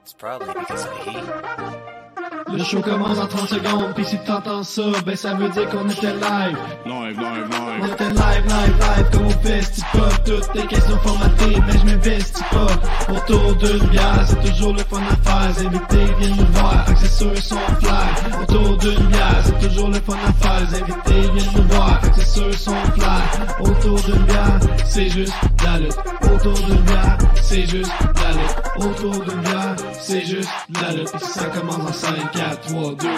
It's probably because of the heat. Le show commence en 30 secondes, pis si t'entends ça, ben ça veut dire qu'on était live. On était live, comme au festival. Toutes les questions formatées, mais je m'investis pas. Autour d'une bière, c'est toujours le fun à faire. Les invités viennent nous voir, fait que c'est sûr ils sont fly. Autour d'une bière, c'est toujours le fun à faire. Les invités viennent nous voir, fait que c'est sûr ils sont fly. Autour d'une bière, c'est juste la lutte. Autour d'une bière, c'est juste la lutte. Autour d'une bière, c'est juste la lutte. Pis ça commence en 5, 4, 3, 2, 1.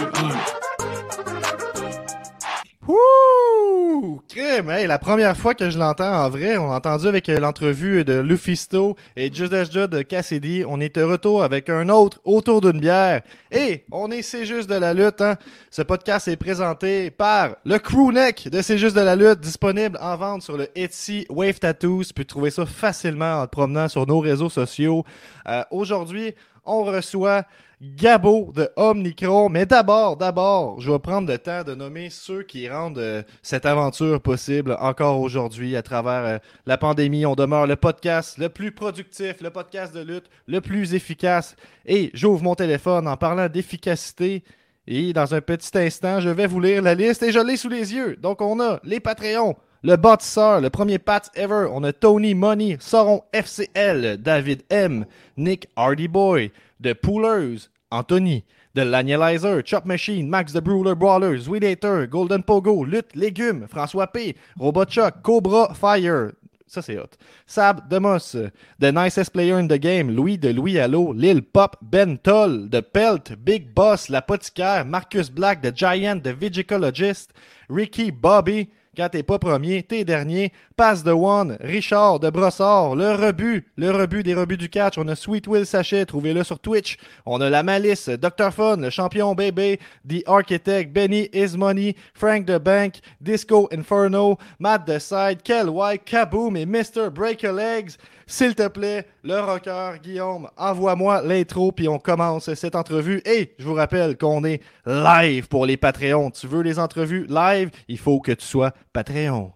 Wouh! Crème! Hey, la première fois que je l'entends en vrai, on l'a entendu avec l'entrevue de Lufisto et Judas de Cassidy. On est de retour avec un autre autour d'une bière. Et on est C'est juste de la lutte, hein? Ce podcast est présenté par le crewneck de C'est juste de la lutte, disponible en vente sur le Etsy Wave Tattoos. Tu peux trouver ça facilement en te promenant sur nos réseaux sociaux. Aujourd'hui, on reçoit Gabo de Omnicron. Mais d'abord, je vais prendre le temps de nommer ceux qui rendent cette aventure possible encore aujourd'hui à travers la pandémie. On demeure le podcast le plus productif, le podcast de lutte le plus efficace. Et j'ouvre mon téléphone en parlant d'efficacité. Et dans un petit instant, je vais vous lire la liste et je l'ai sous les yeux. Donc on a les Patreons, le bâtisseur, le premier Pat ever. On a Tony Money, Sauron FCL, David M, Nick Hardyboy, The Poolers, Anthony, The Lanielizer, Chop Machine, Max the Brawler Brawler, Sweet Hater, Golden Pogo, Lutte, Légumes, François P, Robot Chuck, Cobra Fire. Ça, c'est hot. Sab Demos, The Nicest Player in the Game, Louis de Louis Allo, Lil Pop, Ben Toll, The Pelt, Big Boss, L'Apothicaire, Marcus Black, The Giant, The Vigicologist, Ricky Bobby. Quand t'es pas premier, t'es dernier. Pass the One, Richard de Brossard, le rebut des rebuts du catch. On a Sweet Will Sachet, trouvez-le sur Twitch. On a La Malice, Dr. Fun, le champion bébé, The Architect, Benny Is Money, Frank the Bank, Disco Inferno, Matt the Side, Kel White, Kaboom et Mr. Break a Legs. S'il te plaît, le rocker Guillaume, envoie-moi l'intro puis on commence cette entrevue. Et je vous rappelle qu'on est live pour les Patreons. Tu veux les entrevues live? Il faut que tu sois Patreon.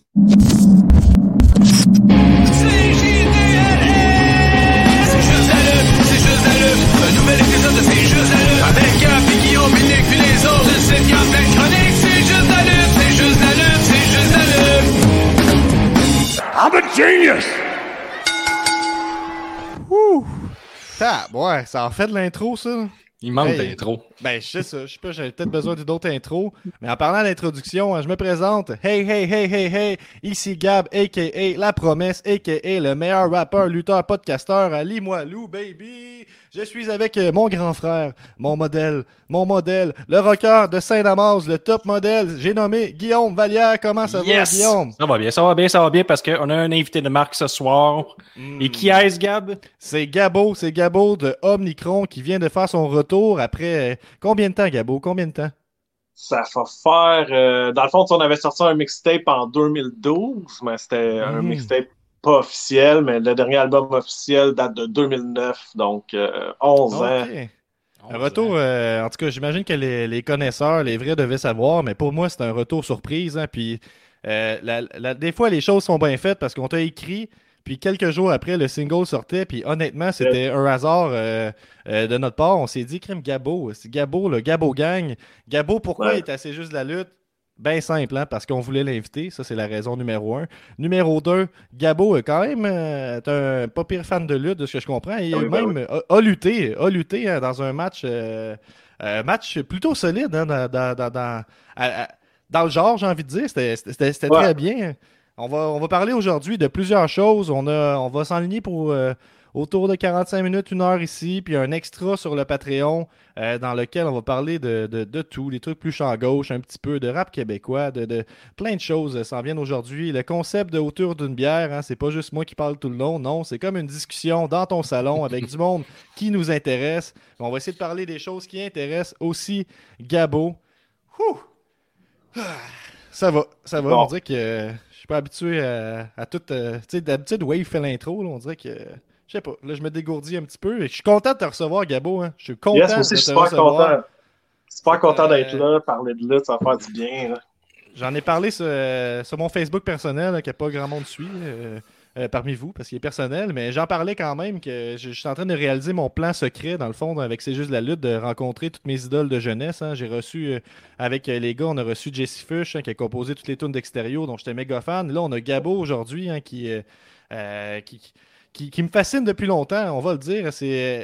C'est juste la lutte, un nouvel épisode de C'est juste la lutte. Avec Gab et Guillaume, Nick puis les autres, c'est Gab plein de chroniques. C'est juste la lutte, c'est juste la lutte, c'est juste la lutte. I'm a genius! Ouh! Ouais, ça en fait de l'intro, ça. Il manque d'intro. Ben, je sais ça. Je sais pas, j'avais peut-être besoin d'une autre intro. Mais en parlant d'introduction, je me présente. Hey! Ici Gab, a.k.a. La Promesse, a.k.a. le meilleur rappeur, lutteur, podcasteur. Lis-moi Lou, baby! Je suis avec mon grand frère, mon modèle, le rocker de Saint-Damas, le top modèle. J'ai nommé Guillaume Vallière. Comment ça va, Guillaume? Ça va bien parce qu'on a un invité de marque ce soir. Et qui est-ce, Gab? C'est Gabo de Omnicron qui vient de faire son retour après... combien de temps, Gabo? Combien de temps? Ça va faire... dans le fond, on avait sorti un mixtape en 2012, mais c'était un mixtape pas officiel, mais le dernier album officiel date de 2009, donc 11 ans. Un retour, en tout cas, j'imagine que les connaisseurs, les vrais devaient savoir, mais pour moi, c'est un retour surprise. Hein, puis, des fois, les choses sont bien faites parce qu'on t'a écrit, puis quelques jours après, le single sortait, puis honnêtement, c'était un hasard de notre part. On s'est dit, crime Gabo, c'est Gabo, le Gabo Gang. Gabo, pourquoi il est assez juste de la lutte? Ben simple, hein, parce qu'on voulait l'inviter. Ça, c'est la raison numéro 1. Numéro 2, Gabo est quand même un pas pire fan de lutte, de ce que je comprends. Il a lutté hein, dans un match plutôt solide hein, dans le genre, j'ai envie de dire. C'était très bien. On va parler aujourd'hui de plusieurs choses. On va s'enligner pour autour de 45 minutes, 1 heure ici, puis un extra sur le Patreon dans lequel on va parler de tout, des trucs plus champ gauche, un petit peu de rap québécois, de plein de choses s'en viennent aujourd'hui. Le concept de autour d'une bière, hein, c'est pas juste moi qui parle tout le long, non, c'est comme une discussion dans ton salon avec du monde qui nous intéresse. On va essayer de parler des choses qui intéressent aussi Gabo. Ça va. Bon. On dirait que je suis pas habitué à tout. Tu sais, d'habitude, Wave fait l'intro, là, on dirait que... Je sais pas, là je me dégourdis un petit peu. Et je suis content de te recevoir, Gabo. Hein. Je suis content moi aussi, de je suis te recevoir. Content. Super content d'être là, parler de lutte, ça va faire du bien. Là. J'en ai parlé sur mon Facebook personnel, là, que pas grand monde suit. parmi vous, parce qu'il est personnel, mais j'en parlais quand même que je suis en train de réaliser mon plan secret, dans le fond, avec C'est juste la lutte, de rencontrer toutes mes idoles de jeunesse. Hein. J'ai reçu, avec les gars, on a reçu Jesse Fush, hein, qui a composé toutes les tunes d'Extérieur, dont j'étais méga fan. Là, on a Gabo aujourd'hui, hein, qui me fascine depuis longtemps, on va le dire.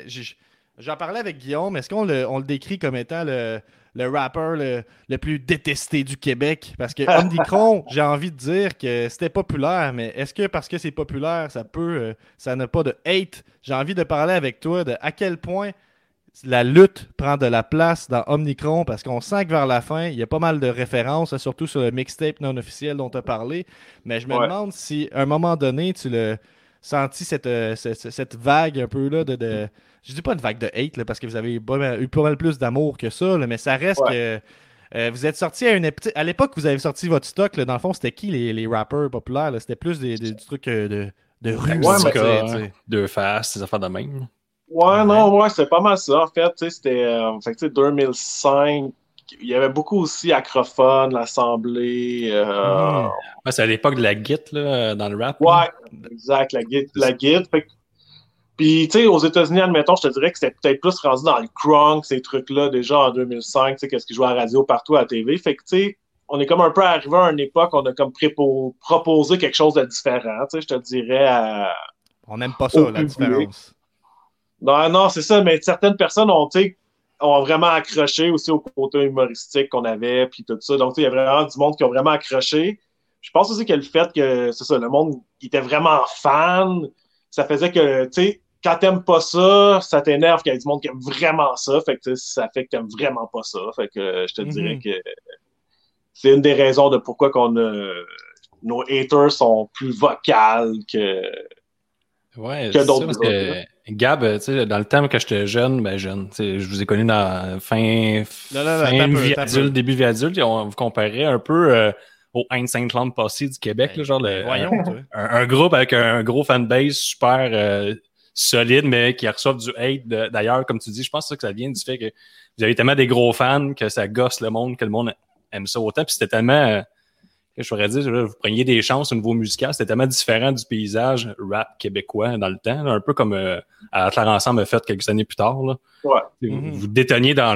J'en parlais avec Guillaume. Est-ce on le décrit comme étant le rapper le plus détesté du Québec? Parce que Omnicron, j'ai envie de dire que c'était populaire, mais est-ce que parce que c'est populaire, ça n'a pas de hate? J'ai envie de parler avec toi de à quel point la lutte prend de la place dans Omnicron, parce qu'on sent que vers la fin, il y a pas mal de références, hein, surtout sur le mixtape non officiel dont tu as parlé. Mais je me demande si, à un moment donné, tu l'as senti cette vague un peu là de... Je dis pas une vague de hate, là, parce que vous avez eu pas mal plus d'amour que ça, là, mais ça reste que vous êtes sorti à l'époque que vous avez sorti votre stock, là, dans le fond, c'était qui les rappers populaires? Là? C'était plus du truc de rue. Deux faces, des affaires de même. C'est pas mal ça, en fait. C'était 2005. Il y avait beaucoup aussi Acrophone, l'Assemblée. C'est à l'époque de la Git, là, dans le rap. Ouais, là. exact, la Git. Puis, tu sais, aux États-Unis, admettons, je te dirais que c'était peut-être plus rendu dans le crunk, ces trucs-là, déjà en 2005, tu sais, qu'est-ce qui jouait à la radio partout à la TV. Fait que, tu sais, on est comme un peu arrivé à une époque, on a comme proposé quelque chose de différent, tu sais, je te dirais. On n'aime pas ça, la différence. Non, c'est ça, mais certaines personnes ont vraiment accroché aussi au côté humoristique qu'on avait, puis tout ça. Donc, il y a vraiment du monde qui a vraiment accroché. Je pense aussi que le fait que, c'est ça, le monde était vraiment fan, ça faisait que, tu sais, quand t'aimes pas ça, ça t'énerve qu'il y ait du monde qui aime vraiment ça. Fait que ça fait que t'aimes vraiment pas ça. Fait que je te dirais que c'est une des raisons de pourquoi nos haters sont plus vocales que d'autres. Parce que Gab, tu sais, dans le temps que j'étais jeune, je vous ai connu dans fin vie adulte, début vie adulte, et on vous comparait un peu au Hein Saint-Claude Posse du Québec, là, genre un groupe avec un gros fanbase super solide, mais qui reçoivent du hate d'ailleurs, comme tu dis. Je pense que ça vient du fait que vous avez tellement des gros fans que ça gosse le monde, que le monde aime ça autant. Puis c'était tellement, je pourrais dire, vous preniez des chances au niveau musical, c'était tellement différent du paysage rap québécois dans le temps, là, un peu comme Atlas Ensemble a fait quelques années plus tard. Là. Ouais. Vous détonniez dans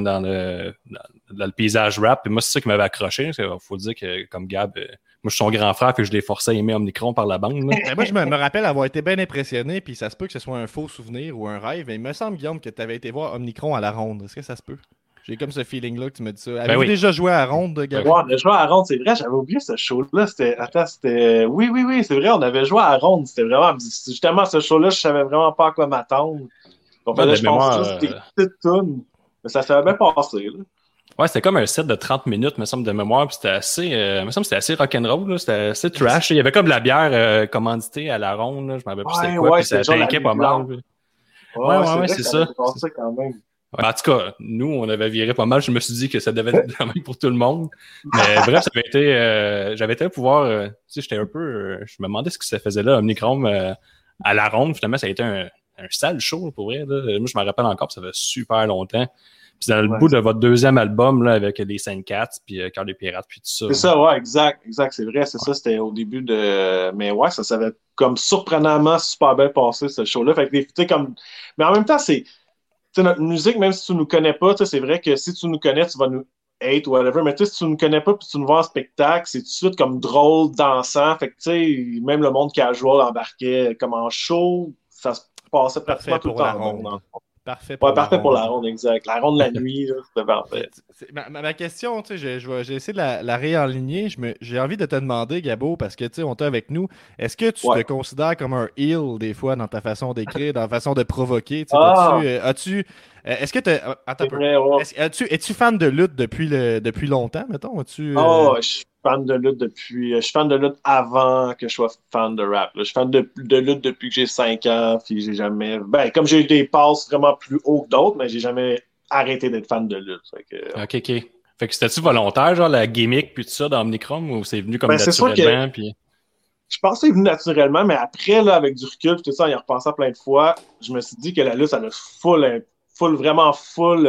le paysage rap, et moi, c'est ça qui m'avait accroché. Il faut dire que, comme Gab, moi, je suis son grand frère, puis je l'ai forcé à aimer Omnicron par la bande. Moi, je me rappelle avoir été bien impressionné, puis ça se peut que ce soit un faux souvenir ou un rêve, mais il me semble, Guillaume, que tu avais été voir Omnicron à la ronde. Est-ce que ça se peut? J'ai comme ce feeling-là que tu me dis ça. Avez-vous déjà joué à la ronde, Gab? Ouais, on a joué à la ronde, c'est vrai, j'avais oublié ce show-là. C'était. Oui, c'est vrai, on avait joué à la ronde. C'était vraiment. Justement, ce show-là, je savais vraiment pas à quoi m'attendre. Donc, je pense juste des petites tunes. Mais ça s'est bien passé, là. Ouais, c'était comme un set de 30 minutes, me semble, de mémoire, puis c'était assez rock'n'roll, là, c'était assez trash. Il y avait comme de la bière commanditée à la ronde, là, je m'en rappelle plus c'était quoi, puis ça tanquait pas mal. Ouais, c'est ça. Quand même. Ouais, en tout cas, nous, on avait viré pas mal. Je me suis dit que ça devait être quand même pour tout le monde. Mais bref, ça avait été... j'avais été à pouvoir... tu sais, j'étais un peu... je me demandais ce que ça faisait là, Omnicron, à la ronde. Finalement, ça a été un sale show, là, pour vrai. Là. Moi, je me rappelle encore, ça fait super longtemps. Puis dans le bout de votre deuxième album, là, avec les Saint Cats, puis Cœur des Pirates, puis tout ça. C'est ça, ouais, exact, c'est vrai, c'est ça, c'était au début de... Mais ouais, ça s'avait comme surprenamment super bien passé, ce show-là. Fait que, tu sais, comme... Mais en même temps, c'est... Tu sais, notre musique, même si tu nous connais pas, tu sais, c'est vrai que si tu nous connais, tu vas nous hate ou whatever, mais tu sais, si tu nous connais pas puis tu nous vois en spectacle, c'est tout de suite comme drôle, dansant. Fait que, tu sais, même le monde casual embarquait comme en show, ça se passait pratiquement tout le temps. Parfait pour la ronde, exact. La ronde de la nuit, c'était parfait. Ma question, tu sais, j'ai essayé de la réaligner. J'ai envie de te demander, Gabo, parce que tu sais, on t'a avec nous. Est-ce que tu te considères comme un heel des fois dans ta façon d'écrire, dans ta façon de provoquer? Est-ce que es-tu fan de lutte depuis longtemps, mettons? Je suis fan de lutte je suis fan de lutte avant que je sois fan de rap. Là. Je suis fan de lutte depuis que j'ai 5 ans, puis j'ai jamais... Ben, comme j'ai eu des passes vraiment plus hauts que d'autres, mais j'ai jamais arrêté d'être fan de lutte. OK. Fait que c'était-tu volontaire, genre la gimmick puis tout ça dans Omnicron, ou c'est venu comme naturellement? Puis... Je pense que c'est venu naturellement, mais après, là, avec du recul, tout ça, en y repensant plein de fois, je me suis dit que la lutte, ça a vraiment full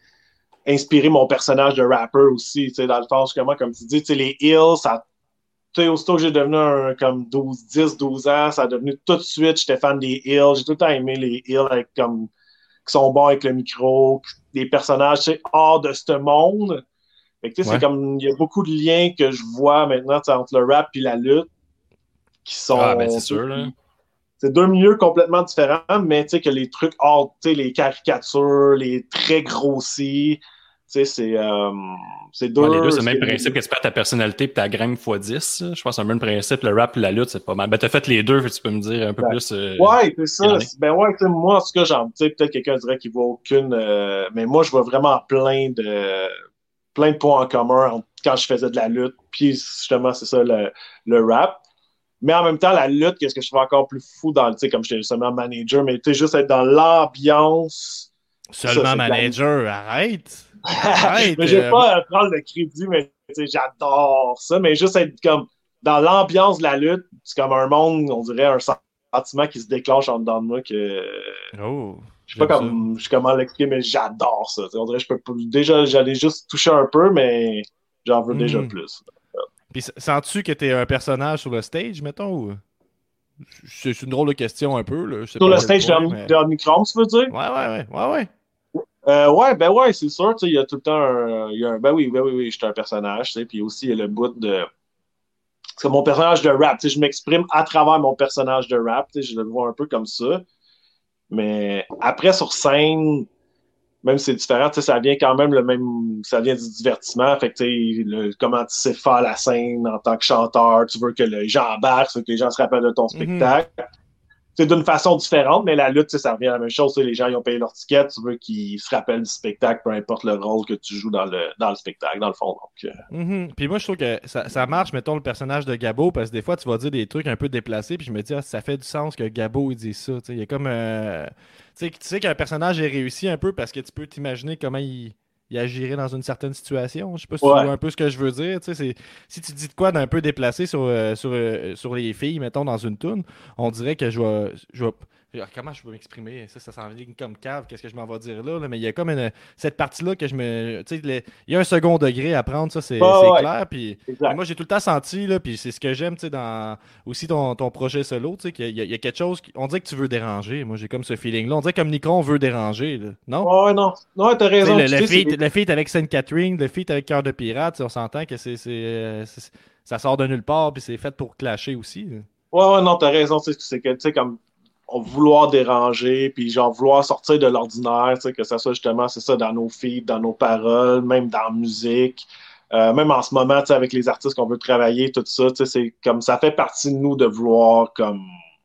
inspiré mon personnage de rapper aussi, tu sais, dans le temps, justement, comme tu dis, tu sais, les heels, ça a sais, aussitôt que j'ai devenu comme 12 ans, ça a devenu tout de suite, j'étais fan des Hills. J'ai tout le temps aimé les Hills avec comme qui sont bons avec le micro, des personnages, tu sais, hors de ce monde. Fait que, tu sais, c'est comme, il y a beaucoup de liens que je vois maintenant, entre le rap et la lutte, qui sont... Ah, ben c'est sûr, là. C'est deux milieux complètement différents, mais tu sais, que les trucs hors, tu sais, les caricatures, les traits grossis, tu sais, c'est deux... Ouais, les deux, c'est le même principe que tu perds ta personnalité et ta graine x10. Je pense que c'est un même principe. Le rap et la lutte, c'est pas mal. Ben, t'as fait les deux, tu peux me dire un peu plus... ouais, c'est ça. Ben ouais, tu sais, moi, en tout cas, genre, tu sais, peut-être quelqu'un dirait qu'il voit aucune... mais moi, je vois vraiment plein de points en commun quand je faisais de la lutte. Puis, justement, c'est ça, le rap. Mais en même temps, la lutte, qu'est-ce que je fais encore plus fou dans le, tu sais, comme j'étais justement manager, mais tu sais, juste être dans l'ambiance. Seulement ça, manager, arrête! Arrête! Mais je vais pas prendre le crédit, mais tu sais, j'adore ça, mais juste être comme dans l'ambiance de la lutte, c'est comme un monde, on dirait un sentiment qui se déclenche en dedans de moi que. Oh! Je sais pas comment l'expliquer, mais j'adore ça. On dirait que je peux déjà, j'allais juste toucher un peu, mais j'en veux déjà plus. Puis sens-tu que t'es un personnage sur le stage, mettons, ou... C'est une drôle de question un peu, là. Sur le stage de Omnicron, tu veux dire? Ouais. Ouais, c'est sûr, tu sais, il y a tout le temps ben oui, je suis un personnage, tu sais, puis aussi, il y a le bout de... C'est mon personnage de rap, tu sais, je m'exprime à travers mon personnage de rap, tu sais, je le vois un peu comme ça. Mais après, sur scène... Même si c'est différent, ça vient quand même ça vient du divertissement. Fait que, comment tu sais faire la scène en tant que chanteur, tu veux que les gens embarquent, tu veux que les gens se rappellent de ton spectacle. C'est d'une façon différente, mais la lutte, ça revient à la même chose. Les gens, ils ont payé leur ticket, tu veux qu'ils se rappellent du spectacle, peu importe le rôle que tu joues dans le spectacle, dans le fond. Donc, Puis moi, je trouve que ça marche, mettons, le personnage de Gabo, parce que des fois, tu vas dire des trucs un peu déplacés, puis je me dis, ça fait du sens que Gabo, il dise ça. Il y a comme... tu sais qu'un personnage est réussi un peu parce que tu peux t'imaginer comment il agirait dans une certaine situation. Je sais pas si tu vois un peu ce que je veux dire. Si tu dis de quoi d'un peu déplacé sur les filles, mettons, dans une toune, on dirait que je vais comment je peux m'exprimer? Ça s'en vient comme cave, qu'est-ce que je m'en vais dire là? Mais il y a comme cette partie-là que il y a un second degré à prendre, ça, c'est clair. Puis moi, j'ai tout le temps senti, là, puis c'est ce que j'aime, aussi ton projet solo, qu'il y a quelque chose, on dirait que tu veux déranger. Moi, j'ai comme ce feeling-là. On dirait comme Nikon veut déranger, là. Non? Ouais, non. Non, t'as raison. Le feat avec Sainte-Catherine, le feat avec Cœur de Pirate, on s'entend que ça sort de nulle part, puis c'est fait pour clasher aussi. Là. Ouais, non, t'as raison. C'est que, tu sais, comme vouloir déranger, puis genre vouloir sortir de l'ordinaire, que ça soit justement, c'est ça, dans nos feeds, dans nos paroles, même dans la musique, même en ce moment, avec les artistes qu'on veut travailler, tout ça, c'est comme ça fait partie de nous de vouloir comme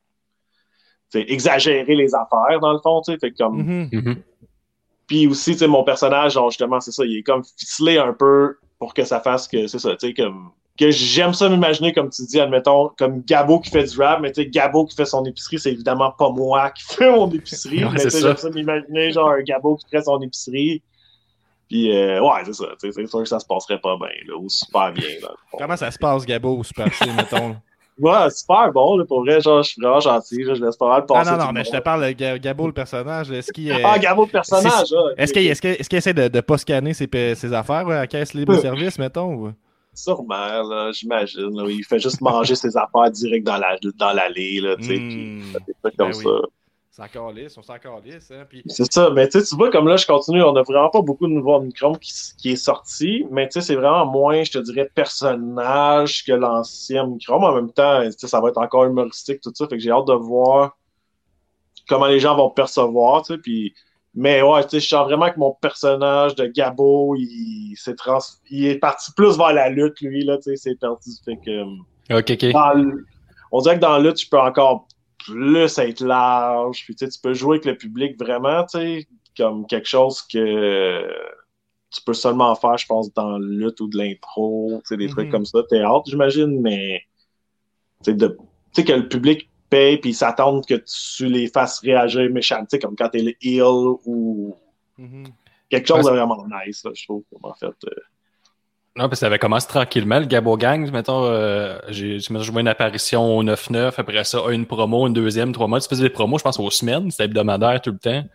exagérer les affaires, dans le fond, fait comme... Puis aussi, mon personnage, genre, justement, c'est ça, il est comme ficelé un peu pour que ça fasse que, c'est ça, tu sais, comme... Que j'aime ça m'imaginer, comme tu dis, admettons, comme Gabo qui fait du rap, mais tu sais, Gabo qui fait son épicerie, c'est évidemment pas moi qui fais mon épicerie, mais tu sais, j'aime ça m'imaginer, genre, un Gabo qui fait son épicerie. Puis, ouais, c'est ça, c'est sûr que ça se passerait pas bien, là, ou super bien, là. Comment ça se passe, Gabo, ou super bien, mettons? Ouais, super bon, là, pour vrai, genre, je suis vraiment gentil, là, je laisse pas mal passer. Non, mais je te parle de Gabo, le personnage, est-ce qu'il... Gabo, le personnage, Est-ce qu'il essaie de pas scanner ses affaires, à caisse libre-service, mettons, ou... Sûrement, là, j'imagine. Là, il fait juste manger ses affaires direct dans l'allée, là, tu sais, puis c'est comme ça. C'est encore lisse, on s'en calisse, hein. Puis... C'est ça, mais tu vois, comme là, je continue, on n'a vraiment pas beaucoup de nouveaux Omnicron qui est sorti, mais tu sais, c'est vraiment moins, je te dirais, personnage que l'ancien Omnicron, mais en même temps, ça va être encore humoristique, tout ça, fait que j'ai hâte de voir comment les gens vont percevoir, tu sais, puis... Mais ouais, tu sais, je sens vraiment que mon personnage de Gabo, il est parti plus vers la lutte, lui, là, tu sais, c'est parti. Fait que. OK. On dirait que dans la lutte, tu peux encore plus être large, puis tu sais, tu peux jouer avec le public vraiment, tu sais, comme quelque chose que tu peux seulement faire, je pense, dans la lutte ou de l'impro, tu sais, des trucs comme ça, théâtre, j'imagine, mais tu sais, que le public paye puis ils s'attendent que tu les fasses réagir méchant, tu sais, comme quand t'es le heel ou quelque chose de vraiment nice, là, je trouve, en fait. Non, parce que ça avait commencé tranquillement, le Gabo Gang, mettons, j'ai joué une apparition au 9-9, après ça, une promo, une deuxième, 3 mois, tu faisais des promos, je pense, aux semaines, c'était hebdomadaire tout le temps.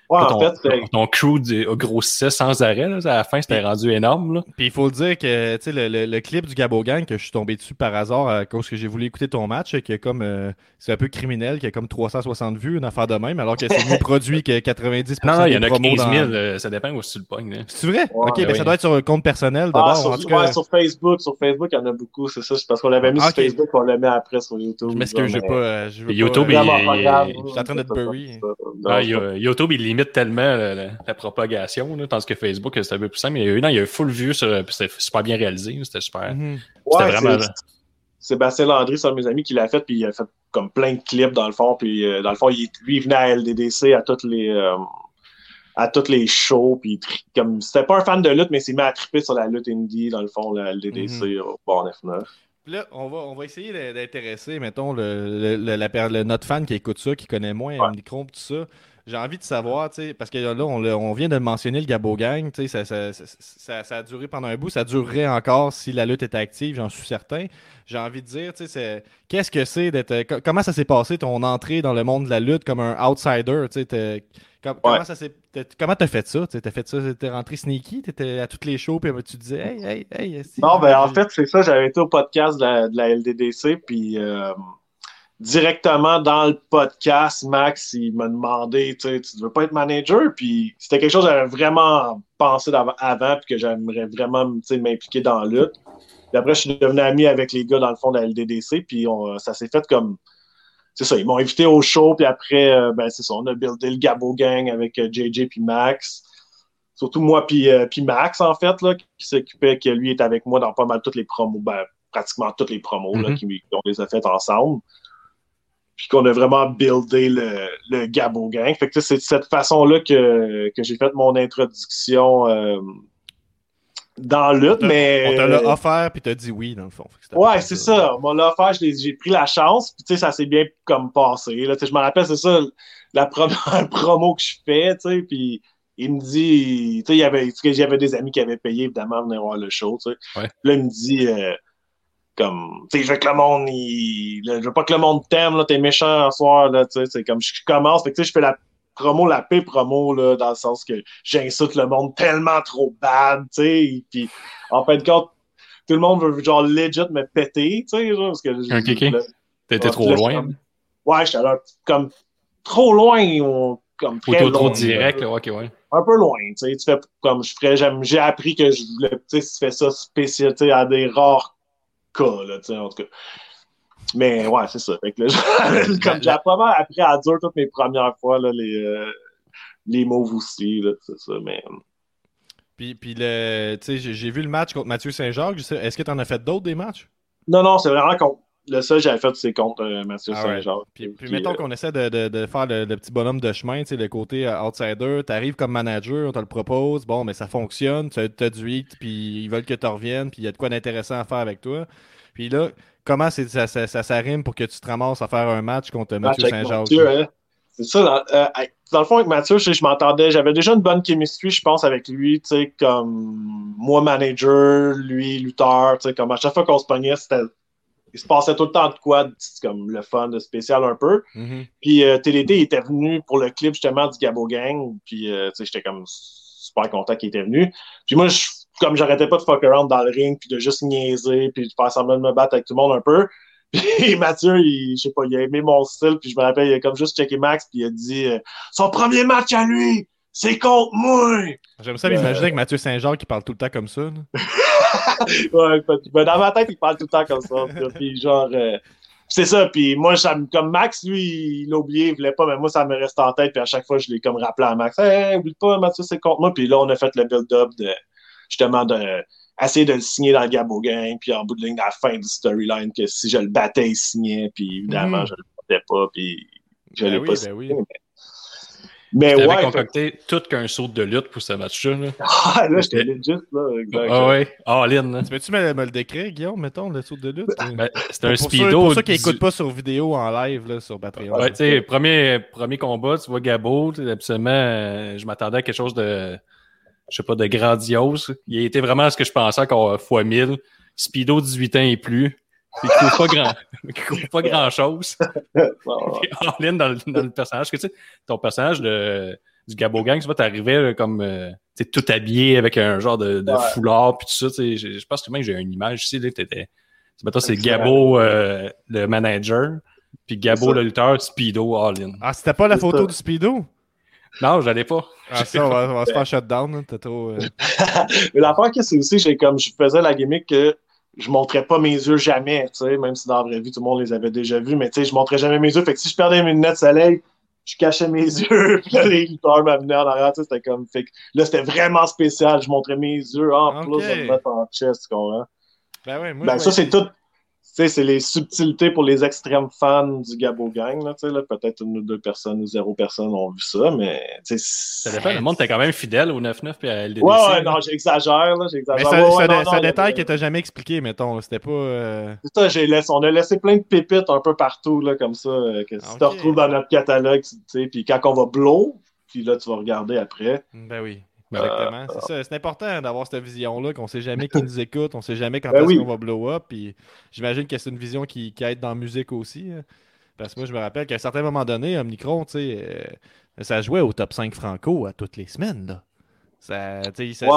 Ouais, en fait, ton crew grossissait sans arrêt. Là. À la fin, c'était rendu énorme. Là. Puis il faut le dire que le clip du Gabo Gang, que je suis tombé dessus par hasard à cause que j'ai voulu écouter ton match, qui est comme c'est un peu criminel, qui a comme 360 vues, une affaire de même, alors que c'est mieux produit que 90% non, il y en a 15 000, ça dépend où tu le pognes. C'est vrai? Ouais, ok, ben ça doit être sur un compte personnel d'abord. Sur, en tout cas... sur Facebook, il y en a beaucoup, c'est ça. C'est parce qu'on l'avait mis sur Facebook, on l'a mis après sur YouTube. Je m'excuse, je veux pas. YouTube, je suis en train de te bury. YouTube, il limite tellement la propagation, là, tandis que Facebook, c'était un peu plus simple. Il y a eu full vue, c'était super bien réalisé, c'était super. C'était vraiment... Sébastien Landry, c'est un de mes amis qui l'a fait, puis il a fait comme plein de clips dans le fond, puis dans le fond, lui, il venait à LDDC à toutes les shows, puis comme c'était pas un fan de lutte, mais il s'est mis à triper sur la lutte indie, dans le fond, la LDDC au Bar F9. Puis là, on va essayer d'intéresser, mettons, notre fan qui écoute ça, qui connaît moins Omnicron, tout ça. J'ai envie de savoir, tu sais, parce que là, on vient de le mentionner, le Gabo Gang, tu sais, ça a duré pendant un bout, ça durerait encore si la lutte était active, j'en suis certain. J'ai envie de dire, tu sais, qu'est-ce que c'est d'être... Comment ça s'est passé, ton entrée dans le monde de la lutte comme un outsider, tu sais, comment t'as fait ça? T'as fait ça, t'es rentré sneaky, t'étais à toutes les shows, puis tu disais hey. Non, ben en fait, c'est ça, j'avais été au podcast de la LDDC, puis directement dans le podcast, Max, il m'a demandé, tu veux pas être manager? Puis c'était quelque chose que j'avais vraiment pensé avant, puis que j'aimerais vraiment m'impliquer dans la lutte. Puis après, je suis devenu ami avec les gars dans le fond de la LDDC, puis ça s'est fait comme... C'est ça, ils m'ont invité au show, puis après, c'est ça, on a buildé le Gabo Gang avec JJ puis Max. Surtout moi puis Max, en fait, là, qui s'occupait, que lui est avec moi dans pas mal toutes les promos, pratiquement toutes les promos, là, qu'on les a faites ensemble. Puis qu'on a vraiment buildé le Gabo Gang. Fait que c'est de cette façon-là que j'ai fait mon introduction dans la lutte, mais... On te l'a offert, puis t'as dit oui, dans le fond. Ouais, c'est ça. On m'a offert, j'ai pris la chance, puis tu sais, ça s'est bien comme passé. Là. Je me rappelle, c'est ça, la première promo que je fais, tu sais, puis il me dit... Tu sais, j'avais des amis qui avaient payé, évidemment, à venir voir le show, tu sais. Ouais. Là, il me dit... comme, tu sais, je veux que le monde, je veux pas que le monde t'aime, là, t'es méchant ce soir, là, tu sais, c'est comme, je commence, fait que tu sais, je fais la paix promo, là, dans le sens que j'insulte le monde tellement trop bad, tu sais, puis en fin de compte, tout le monde veut, genre, legit me péter, tu sais, genre, parce que... T'étais trop loin? Ouais, j'étais là, comme, trop loin, comme, très loin. Trop direct, là, ok, ouais. Un peu loin, tu sais, tu fais, comme, j'ai appris que je voulais, tu sais, si tu fais ça spécial, tu sais, à des rares cas, là, tu sais, en tout cas. Mais ouais, c'est ça. Fait que là, comme j'ai pas mal appris à dire toutes mes premières fois, là, les moves aussi, là, c'est ça, mais... Puis tu sais, j'ai vu le match contre Mathieu Saint-Jacques. Est-ce que tu en as fait d'autres des matchs? Non, c'est vraiment contre... Le seul que j'avais fait, c'est contre Mathieu Saint-Jacques. Puis mettons qu'on essaie de faire le petit bonhomme de chemin, tu sais, le côté outsider. Tu arrives comme manager, on te le propose, bon, mais ça fonctionne, tu as du hit, puis ils veulent que tu reviennes, puis il y a de quoi d'intéressant à faire avec toi. Puis là, comment ça rime pour que tu te ramasses à faire un match contre Mathieu Saint-Jacques? Hein? C'est ça, dans le fond, avec Mathieu, je m'entendais, j'avais déjà une bonne chemistry, je pense, avec lui, tu sais, comme moi, manager, lui, lutteur, tu sais, comme à chaque fois qu'on se pognait, il se passait tout le temps de quoi, comme le fun, de spécial un peu. Puis TDT, il était venu pour le clip, justement, du Gabo Gang, puis, tu sais, j'étais comme super content qu'il était venu. Puis moi, comme j'arrêtais pas de fuck around dans le ring, puis de juste niaiser, puis de faire semblant de me battre avec tout le monde un peu. Puis Mathieu, je sais pas, il a aimé mon style, puis je me rappelle, il a comme juste checké Max, puis il a dit son premier match à lui, c'est contre moi! J'aime ça m'imaginer avec Mathieu Saint-Jacques qui parle tout le temps comme ça. Ouais, dans ma tête, il parle tout le temps comme ça. Puis genre, c'est ça, puis moi, comme Max, lui, il l'a oublié, il voulait pas, mais moi, ça me reste en tête, puis à chaque fois, je l'ai comme rappelé à Max. Hey, oublie pas, Mathieu, c'est contre moi. Puis là, on a fait le build-up justement essayer de le signer dans le Gabo Gang, puis en bout de ligne, à la fin du storyline, que si je le battais, il signait, puis évidemment, je le battais pas, puis je l'ai pas signé. Mais tu ouais. concocté tout qu'un saut de lutte pour ce match-là. Là, là j'étais legit, là. Exact. Ah ouais, all-in. Hein. Tu peux-tu me le décrire, Guillaume, mettons, le saut de lutte? C'est un speedo. Pour ceux qui n'écoutent pas sur vidéo en live, là, sur Patreon. Ouais, tu sais, premier combat, tu vois Gabo, absolument, je m'attendais à quelque chose de, je sais pas, de grandiose. Il a été vraiment ce que je pensais, encore fois 1000. Speedo 18 ans et plus. Il court pas grand chose. All-in dans le personnage. Que, tu sais, ton personnage de du Gabo Gang, tu vois, t'arrivais comme tout habillé avec un genre de foulard puis tout ça. Je pense que même j'ai une image ici, là, maintenant c'est Gabo le manager, puis Gabo le lutteur Speedo all-in. Ah, c'était pas la photo du Speedo? Non, j'allais pas. Ah, ça, on va se faire shutdown. Hein, t'es trop. Mais l'affaire que c'est aussi, je faisais la gimmick que je montrais pas mes yeux jamais, tu sais, même si dans la vraie vie, tout le monde les avait déjà vus, mais tu sais, je montrais jamais mes yeux. Fait que si je perdais mes lunettes de soleil, je cachais mes yeux, puis là, les lutteurs m'amenaient en arrière, tu sais, c'était comme. Fait que là, c'était vraiment spécial. Je montrais mes yeux en plus de me mettre en chest, tu comprends? Ben ouais, moi, ça, c'est tout. Tu sais, c'est les subtilités pour les extrêmes fans du Gabo Gang. Là, tu sais, là, peut-être 1 ou 2 personnes ou 0 personnes ont vu ça, mais tu sais, ça dépend. Le monde était quand même fidèle au 9-9 puis à LDDC. Ouais, non, j'exagère. Là, mais c'est un détail que t'as jamais expliqué, mettons. C'était pas. C'est ça, on a laissé plein de pépites un peu partout, là, comme ça, que si tu retrouves dans notre catalogue, tu sais, puis quand on va blow, puis là, tu vas regarder après. Ben oui. Exactement. C'est ça. C'est important d'avoir cette vision-là, qu'on sait jamais qui nous écoute, on sait jamais quand est-ce qu'on va blow up. Puis j'imagine que c'est une vision qui aide dans la musique aussi. Hein. Parce que moi, je me rappelle qu'à un certain moment donné, Omnicron, tu sais, ça jouait au top 5 franco à toutes les semaines. Là. Ça,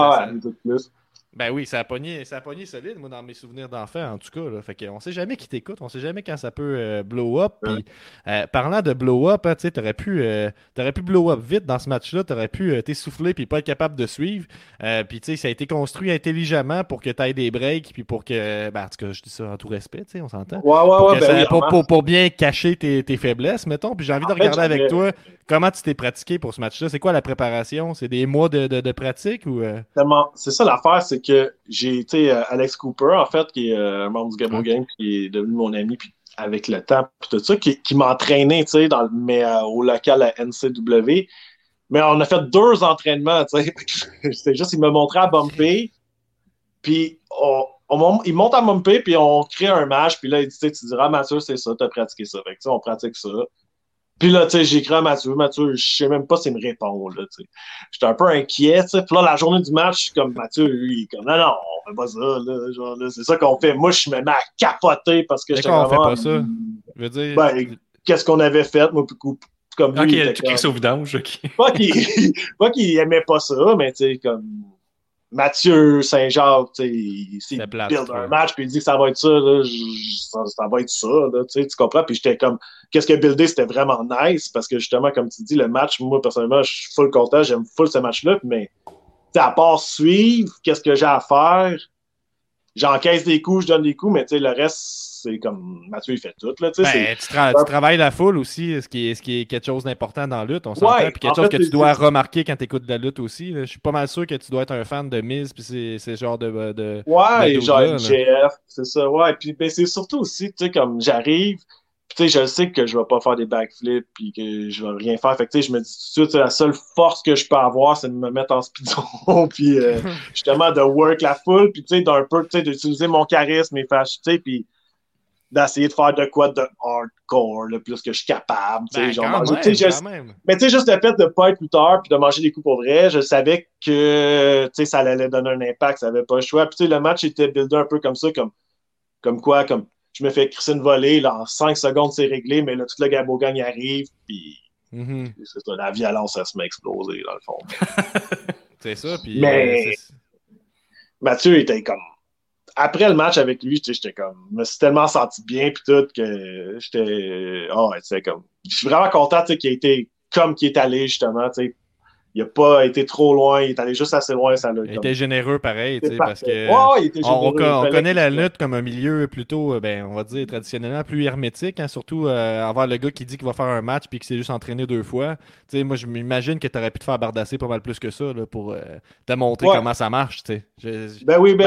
plus. Ben oui, ça a pogné solide, moi, dans mes souvenirs d'enfant, en tout cas. Là. Fait qu'on sait jamais qui t'écoute, on sait jamais quand ça peut blow up. Puis, parlant de blow up, hein, t'aurais pu blow up vite dans ce match-là, t'aurais pu t'essouffler puis pas être capable de suivre. Puis, tu sais, ça a été construit intelligemment pour que t'ailles des breaks, puis pour que, en tout cas, je dis ça en tout respect, tu sais, on s'entend. Pour bien cacher tes faiblesses, mettons. Puis j'ai envie de regarder avec toi comment tu t'es pratiqué pour ce match-là. C'est quoi la préparation? C'est des mois de pratique ou... C'est ça l'affaire, c'est que j'ai été Alex Cooper, en fait, qui est un membre du Gabo Gang, qui est devenu mon ami, puis avec le temps, puis tout ça, qui m'a entraîné, tu sais, au local à NCW. Mais on a fait 2 entraînements, tu sais. C'est juste, il m'a montré à bumper, puis il monte à bumper, puis on crée un match, puis là, il dit, tu diras, Mathieu, c'est ça, t'as pratiqué ça. Fait que, tu sais, on pratique ça. Puis là, tu sais, j'ai écrit à Mathieu, je sais même pas s'il me répond, là, tu sais. J'étais un peu inquiet, tu sais. Puis là, la journée du match, je suis comme, Mathieu, lui, il est comme, non, on fait pas ça, là, genre, là, c'est ça qu'on fait. Moi, je me mets à capoter parce que j'étais vraiment... on fait pas ça? Je veux dire... Ben, qu'est-ce qu'on avait fait, moi, puis comme lui, il était comme... au vidange, ok. Pas qu'il aimait pas ça, mais tu sais, comme... Mathieu Saint-Jacques, tu sais, il build un match, puis il dit que ça va être ça, là, ça va être ça, là, tu comprends? Puis j'étais comme, qu'est-ce que builder, c'était vraiment nice, parce que justement, comme tu dis, le match, moi, personnellement, je suis full content, j'aime full ce match-là, mais, à part suivre, qu'est-ce que j'ai à faire? J'encaisse des coups, je donne des coups, mais tu sais, le reste, c'est comme Mathieu, il fait tout. Là, tu travailles la foule aussi, ce qui est quelque chose d'important dans la lutte, on s'entend. Puis quelque chose que tu dois remarquer quand tu écoutes de la lutte aussi. Là. Je suis pas mal sûr que tu dois être un fan de Miz, puis c'est ce genre de ouais, genre MJF, c'est ça. Ouais, puis ben, c'est surtout aussi, tu sais, comme j'arrive, tu sais, je sais que je vais pas faire des backflips puis que je vais rien faire. Fait que, tu sais, je me dis tout de suite, la seule force que je peux avoir, c'est de me mettre en speedon puis justement de work la foule puis tu sais, d'un peu, tu sais, d'utiliser mon charisme et tu sais, puis d'essayer de faire de quoi de hardcore, le plus que je suis capable, tu sais, genre manger. Mais tu sais, juste le fait de pas être lutteur puis de manger des coups pour vrai, je savais que, tu sais, ça allait donner un impact, ça avait pas le choix. Puis tu sais, le match était buildé un peu comme ça, comme quoi, comme je me fais crisser une volée, là, en 5 secondes, c'est réglé, mais là, tout le Gabo Gang arrive, puis c'est ça, la violence, ça se met exploser, dans le fond. C'est ça, puis... Mais Mathieu était comme... Après le match avec lui, j'étais comme... Je me suis tellement senti bien, puis tout, que j'étais... Oh, tu sais, comme... Je suis vraiment content, tu sais, qu'il ait été comme qu'il est allé, justement, tu sais. Il n'a pas été trop loin, il est allé juste assez loin. Il était généreux pareil, tu sais, parce que il était généreux, on connaît la lutte comme un milieu plutôt, on va dire traditionnellement plus hermétique, hein, surtout envers le gars qui dit qu'il va faire un match puis qu'il s'est juste entraîné 2 fois. Tu sais, moi, je m'imagine que tu aurais pu te faire bardasser pas mal plus que ça là, pour te montrer comment ça marche, tu sais. Ben oui.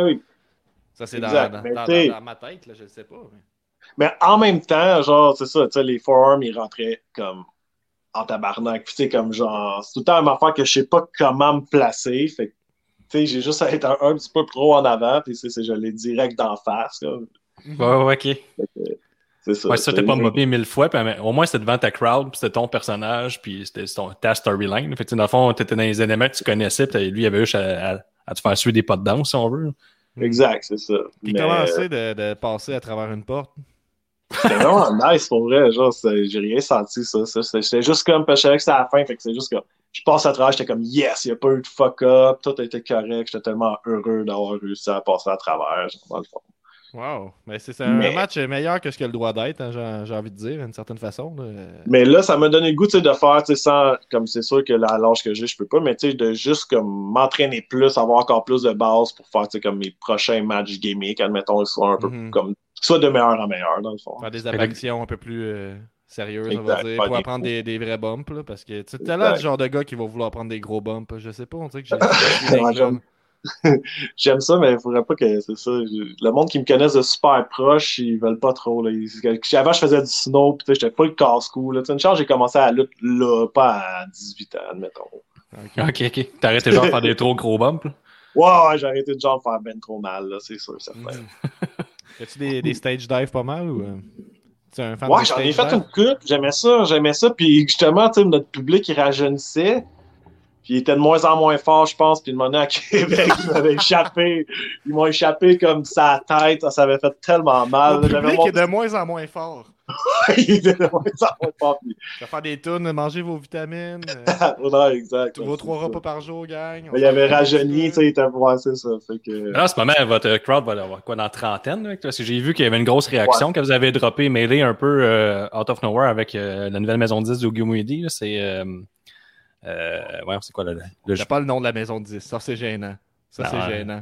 Ça, c'est dans ma tête, là, je le sais pas. Mais en même temps, genre, c'est ça, tu sais, les forearms, ils rentraient comme en tabarnak. Puis, tu sais, comme genre, c'est tout le temps une affaire que je sais pas comment me placer. Fait que, tu sais, j'ai juste à être un petit peu trop en avant. Puis, je l'ai direct d'en face. Là. Ouais, ok. C'est ça. Ouais, ça, t'es pas moqué 1000 fois. Puis, au moins, c'était devant ta crowd. Puis, c'était ton personnage. Puis, c'était ta storyline. Fait que, dans le fond, t'étais dans les éléments que tu connaissais. Puis, lui, il avait juste à te faire suivre des pas de danse, si on veut. Exact, c'est ça. Puis, commencer de passer à travers une porte. C'était vraiment nice pour vrai, genre, j'ai rien senti ça. C'était juste comme, parce que je savais que c'était à la fin, fait que c'est juste comme, je passe à travers, j'étais comme yes, il n'y a pas eu de fuck-up, tout a été correct, j'étais tellement heureux d'avoir réussi à passer à travers, dans le fond. Wow, mais c'est un match meilleur que ce que le droit d'être, hein, j'ai envie de dire, d'une certaine façon. Là. Mais là, ça m'a donné le goût de faire, sans, comme c'est sûr que à l'âge que j'ai, je peux pas, mais de juste comme m'entraîner plus, avoir encore plus de base pour faire comme mes prochains matchs gimmick, admettons, soit un peu comme, soit de meilleur en meilleur, dans le fond. Faire des apparitions un peu plus sérieuses, on va dire, pour apprendre des vrais bumps, là, parce que tu as l'air du genre de gars qui va vouloir prendre des gros bumps, je sais pas, on dirait que j'ai... J'aime ça, mais il faudrait pas que c'est ça. Le monde qui me connaisse de super proche, ils veulent pas trop. Là. Avant, je faisais du snow, pis j'étais pas le casse-cou. Une chance, j'ai commencé à la lutte là, pas à 18 ans, admettons. Ok. T'as arrêté genre de faire des trop gros bumps? Là? Ouais, j'ai arrêté de genre faire ben trop mal, là, c'est sûr, ça fait. As-tu des stage dives pas mal ou tu es un fan ouais, j'en ai fait une coupe, j'aimais ça, puis justement, notre public, il rajeunissait. Puis il était de moins en moins fort, je pense. Puis le moment à Québec, ils m'ont échappé comme sa tête. Ça avait fait tellement mal. Le public est de moins en moins fort. Il était de moins en moins fort. Je vais faire des tunes, mangez vos vitamines. Ouais, exact. Vos 3 repas par jour, gang. Il avait rajeuni, tu sais, il était c'est ça. Fait que... Alors, en ce moment, votre crowd va avoir quoi, dans trentaine? Là, parce que j'ai vu qu'il y avait une grosse réaction quand vous avez droppé Melee un peu out of nowhere avec la nouvelle maison 10 de Gumwidi. C'est... ouais, c'est quoi le j'ai pas le nom de la maison 10. Ça, c'est gênant. C'est gênant.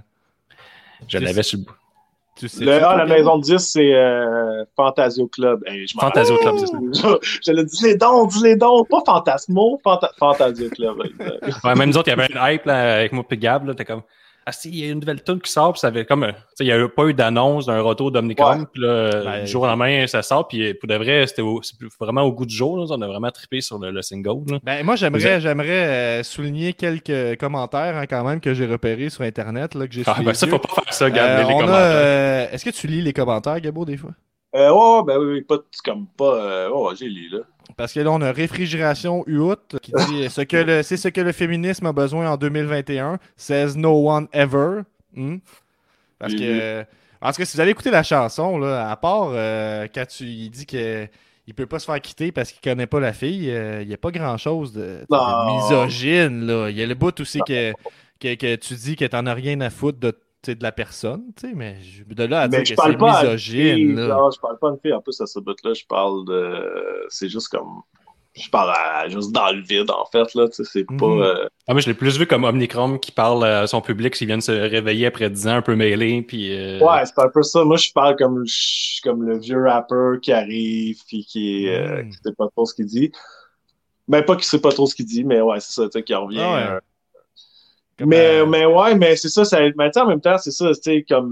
Je l'avais sur le bout. Tu sais la maison 10, c'est Fantasio Club. Hey, Fantasio Club, c'est ça. Je le dis les dons. Pas Fantasmo, Fantasio Club. Ouais, même nous autres, il y avait une hype là, avec moi et Gab. T'es comme, ah si, il y a une nouvelle tune qui sort, puis ça avait comme, il n'y a pas eu d'annonce d'un retour d'Omnicom, puis là, du jour au lendemain, ça sort, puis pour de vrai, c'est vraiment au goût du jour, là, on a vraiment trippé sur le single. Là. Ben, moi, j'aimerais souligner quelques commentaires quand même que j'ai repérés sur Internet, là, que j'ai ben ça, faut pas faire ça, Gab, les commentaires. Est-ce que tu lis les commentaires, Gabo, des fois? Ouais, ben oui, pas comme pas. Ouais, j'ai lu, là. Parce que là, on a Réfrigération UOT qui dit c'est ce que le féminisme a besoin en 2021. Says no one ever. Parce que, en tout cas, si vous avez écouté la chanson, là, à part quand il dit qu'il peut pas se faire quitter parce qu'il connaît pas la fille, il n'y a pas grand-chose de misogyne. Là. Il y a le bout aussi que tu dis que t'en as rien à foutre de la personne, tu sais, mais de là à dire que c'est misogyne. Non, je parle pas de fille. En plus, à ce bout-là, je parle de. C'est juste comme. Je parle juste dans le vide, en fait, là. Tu sais, c'est pas. Ah, moi, je l'ai plus vu comme Omnicrom qui parle à son public s'il vient de se réveiller après 10 ans un peu mêlé. Puis, ouais, c'est un peu ça. Moi, je parle comme le vieux rappeur qui arrive puis qui sait pas trop ce qu'il dit. Ben, pas qu'il sait pas trop ce qu'il dit, mais ouais, c'est ça, tu sais, qui revient. Ah ouais. Mais ouais, mais c'est ça, mais en même temps, c'est ça, tu sais, comme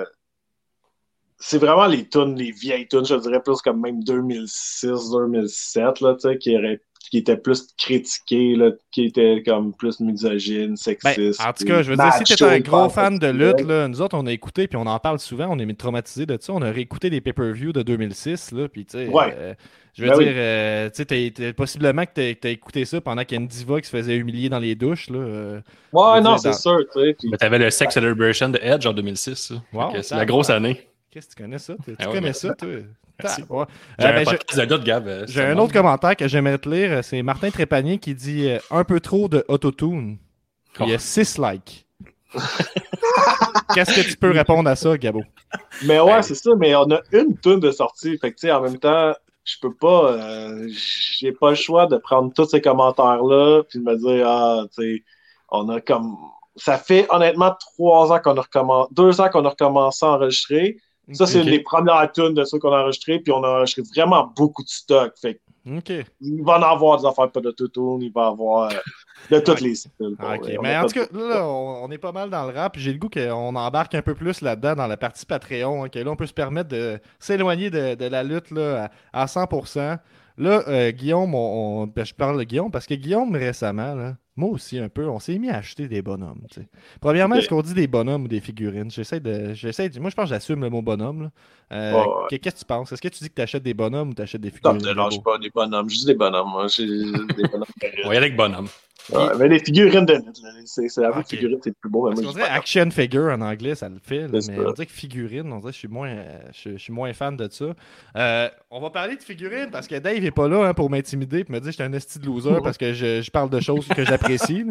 c'est vraiment les vieilles tunes, je dirais plus comme même 2006, 2007, là, tu sais, qui étaient plus critiquées, là, qui étaient comme plus misogynes, sexistes. Ben, en tout cas, je veux dire, si t'es un gros fan de lutte, là, nous autres, on a écouté, puis on en parle souvent, on est traumatisés de ça, on a réécouté des pay-per-view de 2006, là, puis tu sais... Ouais. Je veux dire, tu sais, possiblement que t'as écouté ça pendant qu'il y a une diva qui se faisait humilier dans les douches. Là, ouais, non, c'est sûr. Tu sais. Mais t'avais le Sex Celebration de Edge en 2006. Wow, c'est la grosse année. Qu'est-ce que tu connais ça? Tu connais ça, toi? Ouais. J'ai un autre commentaire que j'aimerais te lire. C'est Martin Trépanier qui dit un peu trop de autotune. Il y a 6 likes. Qu'est-ce que tu peux répondre à ça, Gabo? Mais ouais, c'est ça. Mais on a une tune de sortie. Fait que, tu sais, en même temps... Je peux pas, j'ai pas le choix de prendre tous ces commentaires-là puis de me dire, tu sais, on a comme, ça fait honnêtement 2 ans qu'on a recommencé à enregistrer. Ça, c'est une des premières tunes de ceux qu'on a enregistré, puis on a enregistré vraiment beaucoup de stock. Fait il va en avoir des affaires pas d'autotune, il va en avoir de toutes les styles. Mais en tout cas, là, on est pas mal dans le rap. J'ai le goût qu'on embarque un peu plus là-dedans, dans la partie Patreon, que là, on peut se permettre de s'éloigner de la lutte là, à 100%. Là, Guillaume, je parle de Guillaume parce que Guillaume, récemment, là, moi aussi un peu, on s'est mis à acheter des bonhommes. T'sais. Premièrement, est-ce qu'on dit des bonhommes ou des figurines? Moi, je pense que j'assume le mot bonhomme. Qu'est-ce que tu penses? Est-ce que tu dis que tu achètes des bonhommes ou tu achètes des figurines? Non, je pas des bonhommes. Je dis des bonhommes. Moi. J'ai des bonhommes. On va y aller avec bonhomme. Mais les figurines de lutte, c'est la figurine, c'est le plus beau. Parce qu'on dirait action figure en anglais, ça le fait. Là, mais on dirait que figurine, on dirait que je suis moins fan de ça. On va parler de figurines parce que Dave est pas là pour m'intimider et me dire que je suis un esti de loser parce que je parle de choses que j'apprécie.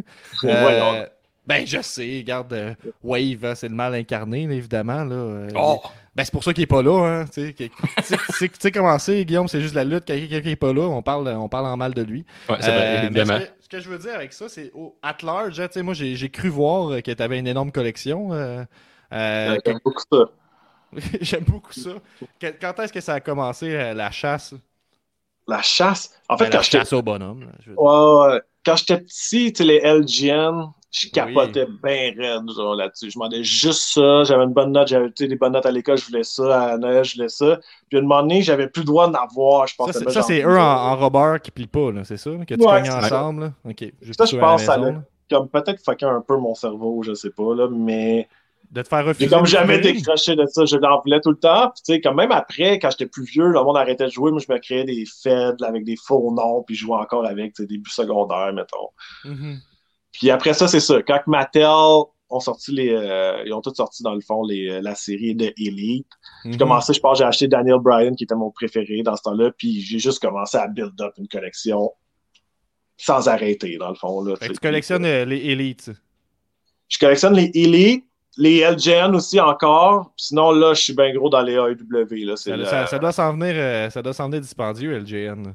Ben, je sais, regarde, Wave, hein, c'est le mal incarné, là, évidemment. Là, ben, c'est pour ça qu'il est pas là. Hein, tu sais comment c'est, Guillaume, c'est juste la lutte. Quand quelqu'un est pas là, on parle en mal de lui. Ouais, c'est vrai, évidemment. Ce que je veux dire avec ça, c'est at large, hein, moi, j'ai cru voir que tu avais une énorme collection. J'aime beaucoup ça. J'aime beaucoup ça. Quand est-ce que ça a commencé, la chasse? La chasse? En fait, la chasse au bonhomme. Là, quand j'étais petit, les LGN, je capotais bien raide genre, là-dessus. Je demandais juste ça. J'avais une bonne note. J'avais des bonnes notes à l'école. Je voulais ça. À Noël, je voulais ça. Puis à un moment donné, j'avais plus le droit d'en avoir. Je pense ça c'est eux en rubber qui plient pas, là, c'est ça? Que tu cognes ensemble? Là? OK. Juste ça, je pense que ça a comme peut-être fucké un peu mon cerveau, je sais pas, là, mais... De te faire refuser. J'ai comme jamais décroché de ça. Je l'en voulais tout le temps. Puis, tu sais, comme même après, quand j'étais plus vieux, le monde arrêtait de jouer. Moi, je me créais des feds avec des faux noms. Puis, je jouais encore avec des buts secondaires, mettons. Mm-hmm. Puis après ça, c'est ça. Quand Mattel ont sorti ils ont tous sorti, dans le fond, la série de Elite. J'ai commencé, j'ai acheté Daniel Bryan, qui était mon préféré dans ce temps-là. Puis, j'ai juste commencé à build up une collection sans arrêter, dans le fond. Là, tu collectionnes les Elites. Je collectionne les Elite. Les LGN aussi encore. Sinon, là, je suis bien gros dans les AEW. Là, ça doit s'en venir dispendieux, LGN. Là.